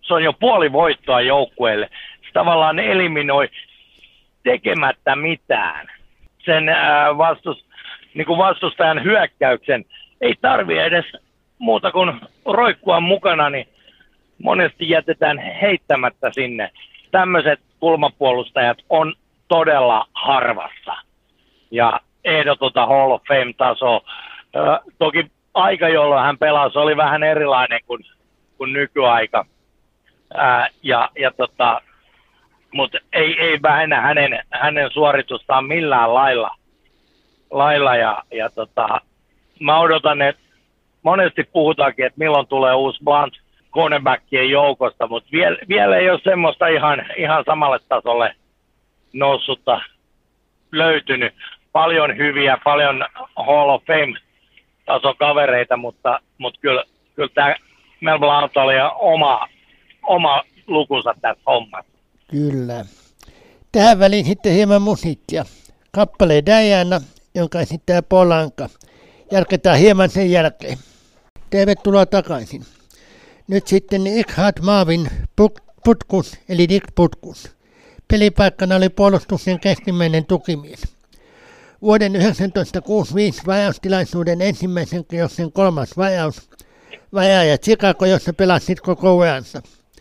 se on jo puoli voittoa joukkueelle. Se tavallaan eliminoi tekemättä mitään. Sen ää, vastus, niin kuin vastustajan hyökkäyksen ei tarvi edes muuta kuin roikkua mukana, niin monesti jätetään heittämättä sinne. Tämmöiset kulmapuolustajat on todella harvassa. Ja ehdotonta Hall of Fame-taso. Ää, toki aika, jolloin hän pelasi, oli vähän erilainen kuin, kuin nykyaika. Ää, ja, ja tota, mutta ei, ei vähennä hänen, hänen suoritustaan millään lailla. lailla ja, ja tota, mä odotan, että monesti puhutaankin, että milloin tulee uusi Blunt cornerbackien joukosta, mutta vielä, vielä ei ole semmoista ihan, ihan samalle tasolle noussutta löytynyt. Paljon hyviä, paljon Hall of Fame-tasokavereita, mutta, mutta kyllä, kyllä tämä Mel Blount oli oma, oma lukunsa tässä hommassa. Kyllä. Tähän väliin sitten hieman musiikkia. Kappale Diana, jonka esittää Polanka. Jatketaan hieman sen jälkeen. Tervetuloa takaisin. Nyt sitten Ikhad Marvin Putkus, eli Dick Putkus. Pelipaikkana oli puolustuksen keskimmäinen tukimies. Vuoden yhdeksäntoista kuusikymmentäviisi vajaustilaisuuden ensimmäisen kierroksen kolmas vajaus. Vajaaja Chicago, jossa pelasi koko uransa.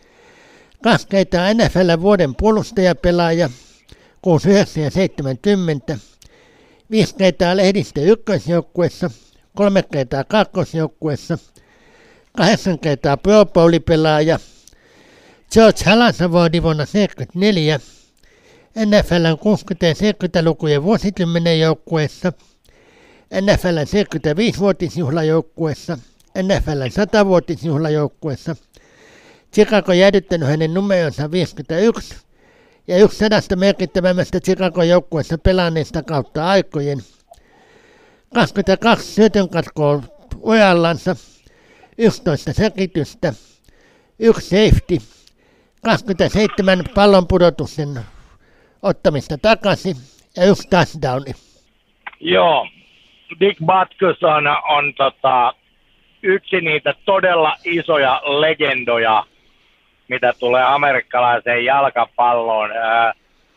Kaksi N F L vuoden puolustajapelaaja, kuusikymmentäyhdeksän ja seitsemänkymmentä. Viisi lehdistö ykkösjoukkuessa, kolme kertaa kakkosjoukkuessa, kahdeksan kertaa Pro Bowl-pelaaja, George Halas Award vuonna seitsemänkymmentäneljä, N F L:n kuusikymmentä- ja seitsemänkymmentälukujen vuosikymmenen joukkueessa, N F L:n seitsemänkymmentäviisi-vuotisjuhlajoukkueessa, N F L:n sata-vuotisjuhlajoukkueessa, Chicago jäädyttänyt hänen numeronsa viisikymmentäyksi ja yksi sadasta merkittävämmästä Chicagon joukkueessa pelanneesta kautta aikojen. kaksikymmentäkaksi syötönkatkoa urallansa, yksitoista säkitystä, yksi safety, kaksikymmentäseitsemän pallonpudotusten ottamista takaisin ja yksi touchdowni. Joo, Dick Butkus on, on tota, yksi niitä todella isoja legendoja, mitä tulee amerikkalaiseen jalkapalloon. Ää,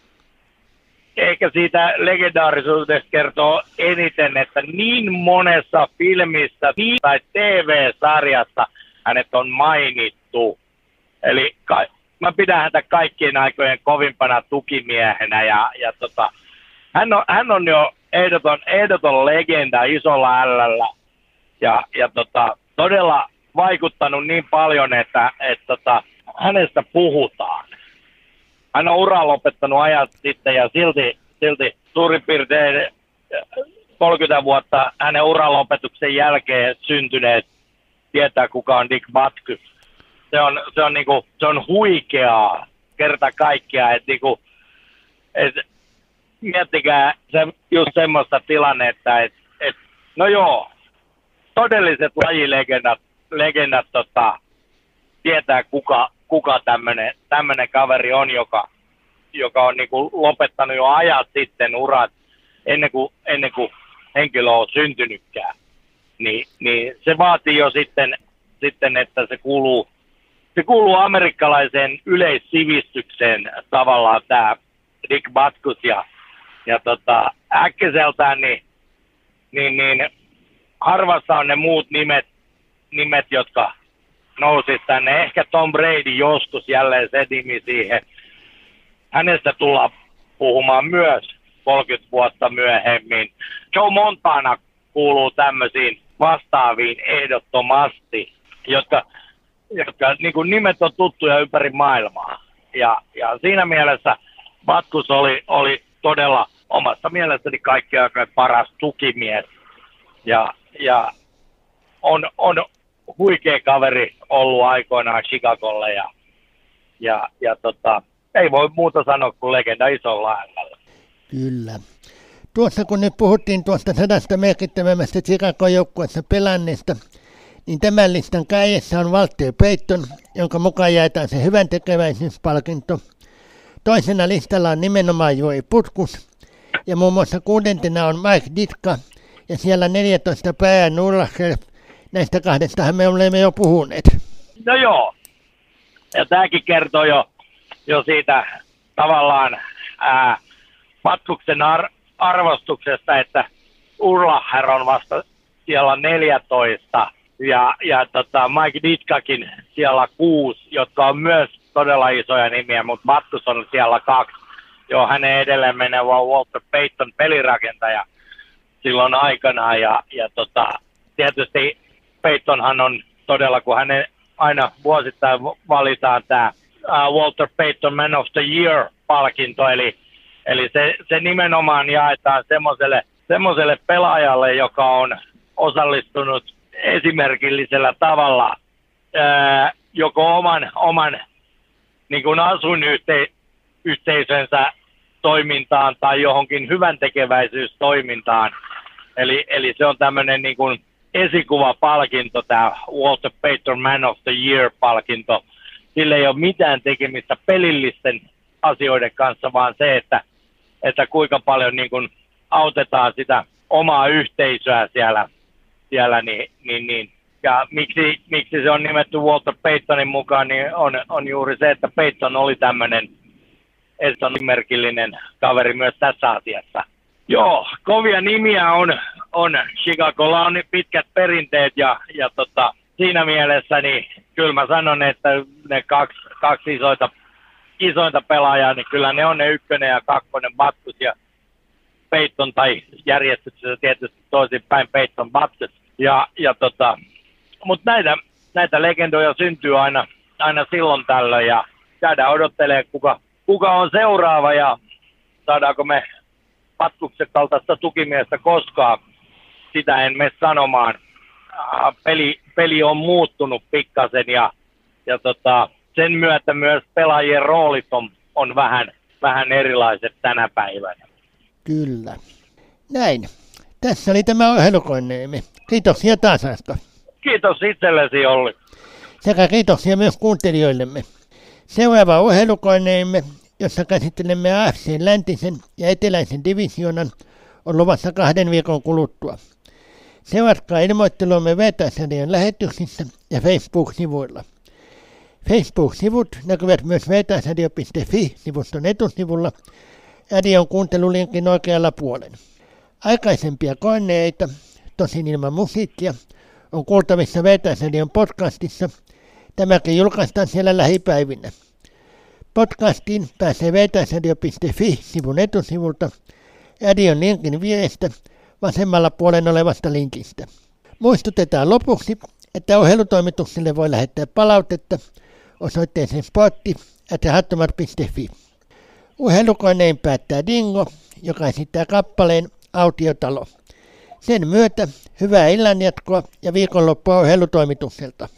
ehkä siitä legendaarisuudesta kertoo eniten, että niin monessa filmissä tai T V-sarjassa hänet on mainittu. Eli ka- mä pidän häntä kaikkien aikojen kovimpana tukimiehenä ja, ja tota, hän, on, hän on jo ehdoton, ehdoton legenda isolla L:llä ja, ja tota, todella vaikuttanut niin paljon, että et, tota, hänestä puhutaan. Hän on uraa lopettanut ajat sitten ja silti, silti suurin piirtein kolmekymmentä vuotta hänen uran lopetuksen jälkeen syntyneet tietää, kuka on Dick Butkus. Se on, se on, niinku, se on huikeaa kerta kaikkiaan. Et niinku, et, miettikää se, just semmoista tilannetta, että et, no joo, todelliset lajilegendat legendat, tota, tietää, kuka, kuka tämmöinen tämmönen kaveri on, joka, joka on niinku lopettanut jo ajat sitten urat ennen kuin, ennen kuin henkilö on syntynytkään. Ni, niin se vaatii jo sitten, sitten että se kuuluu, se kuuluu amerikkalaiseen yleissivistykseen tavallaan tämä Dick Butkus ja, ja tota, äkkiseltään niin, niin, niin harvassa on ne muut nimet, nimet jotka nousis tänne. Ehkä Tom Brady joskus jälleen se nimi siihen. Hänestä tullaan puhumaan myös kolmekymmentä vuotta myöhemmin. Joe Montana kuuluu tämmöisiin vastaaviin ehdottomasti, jotka, jotka niin kuin nimet on tuttuja ympäri maailmaa. Ja, ja siinä mielessä Butkus oli, oli todella omasta mielestäni kaikkien aikojen paras tukimies. Ja, ja on, on huikea kaveri ollut aikoinaan Chicagolle ja, ja, ja tota, ei voi muuta sanoa kuin legenda isolla äänellä. Kyllä. Tuossa kun nyt puhuttiin tuosta sadasta merkittävämmästä Chicagon joukkueessa pelanneesta, niin tämän listan kädessä on Walter Payton, jonka mukaan jaetaan se hyvän tekeväisyyspalkinto. Toisena listalla on nimenomaan Joey Putkus ja muun muassa kuudentena on Mike Ditka ja siellä neljätoista Brian Urlacher. Näistä kahdestahan me olemme jo puhuneet. No joo, ja tämäkin kertoo jo, jo siitä tavallaan ää, Patkuksen ar- arvostuksesta, että Urlacher on vasta siellä neljätoista ja, ja tota Mike Ditkakin siellä kuusi, jotka on myös todella isoja nimiä, mutta Mattus on siellä kaksi. Joo, hänen edelleen menevä Walter Payton pelirakentaja silloin aikanaan ja, ja tota, tietysti Paytonhan on todella, kun hänen aina vuosittain valitaan tämä uh, Walter Payton Man of the Year-palkinto, eli, eli se, se nimenomaan jaetaan semmoiselle semmoiselle pelaajalle, joka on osallistunut esimerkillisellä tavalla ää, joko oman, oman niin kuin asuinyhteisönsä toimintaan tai johonkin hyvän tekeväisyystoimintaan. Eli, eli se on tämmöinen niin kuin esikuvapalkinto, tämä Walter Payton Man of the Year-palkinto. Sillä ei ole mitään tekemistä pelillisten asioiden kanssa, vaan se, että, että kuinka paljon niin kuin autetaan sitä omaa yhteisöä siellä, siellä niin, niin, niin. Ja miksi, miksi se on nimetty Walter Paytonin mukaan, niin on, on juuri se, että Payton oli tämmöinen esimerkillinen kaveri myös tässä asiassa. Joo, kovia nimiä on, on Chicagolla on pitkät perinteet ja, ja tota, siinä mielessä niin kyllä mä sanon, että ne kaksi, kaksi isoita, isointa pelaajaa, niin kyllä ne on ne ykkönen ja kakkonen Matkus ja Payton tai järjestyksessä tietysti toisinpäin Payton Baptist. Ja, ja tota, mutta näitä, näitä legendoja syntyy aina, aina silloin tällöin ja käydään odottelemaan, kuka, kuka on seuraava ja saadaanko me Patkuksen kaltaista tukimiestä koskaan. Sitä en mene sanomaan. Peli, peli on muuttunut pikkasen ja, ja tota, sen myötä myös pelaajien roolit on, on vähän, vähän erilaiset tänä päivänä. Kyllä. Näin. Tässä oli tämä ohjelukoneemme. Kiitoksia taas, Asko. Kiitos itsellesi, Olli. Sekä kiitoksia myös kuuntelijoillemme. Seuraava ohjelukoneemme, jossa käsittelemme A F C läntisen ja eteläisen divisioonan, on luvassa kahden viikon kuluttua. Seuratkaa ilmoitteluamme V T S-sarjan lähetyksissä ja Facebook-sivuilla. Facebook-sivut näkyvät myös v t s radio piste f i-sivuston etusivulla radion kuuntelulinkin oikealla puolen. Aikaisempia koneita, tosin ilman musiikkia, on kuultavissa V T S-radion podcastissa. Tämäkin julkaistaan siellä lähipäivinä. Podcastiin pääsee v t s radio piste f i-sivun etusivulta radion linkin vierestä vasemmalla puolen olevasta linkistä. Muistutetaan lopuksi, että ohjelutoimitukselle voi lähettää palautetta osoitteeseen sportti ät hattomat piste f i. Urheilukoneen päättää Dingo, joka esittää kappaleen Autiotalo. Sen myötä hyvää illanjatkoa ja viikonloppua urheilutoimitukselta.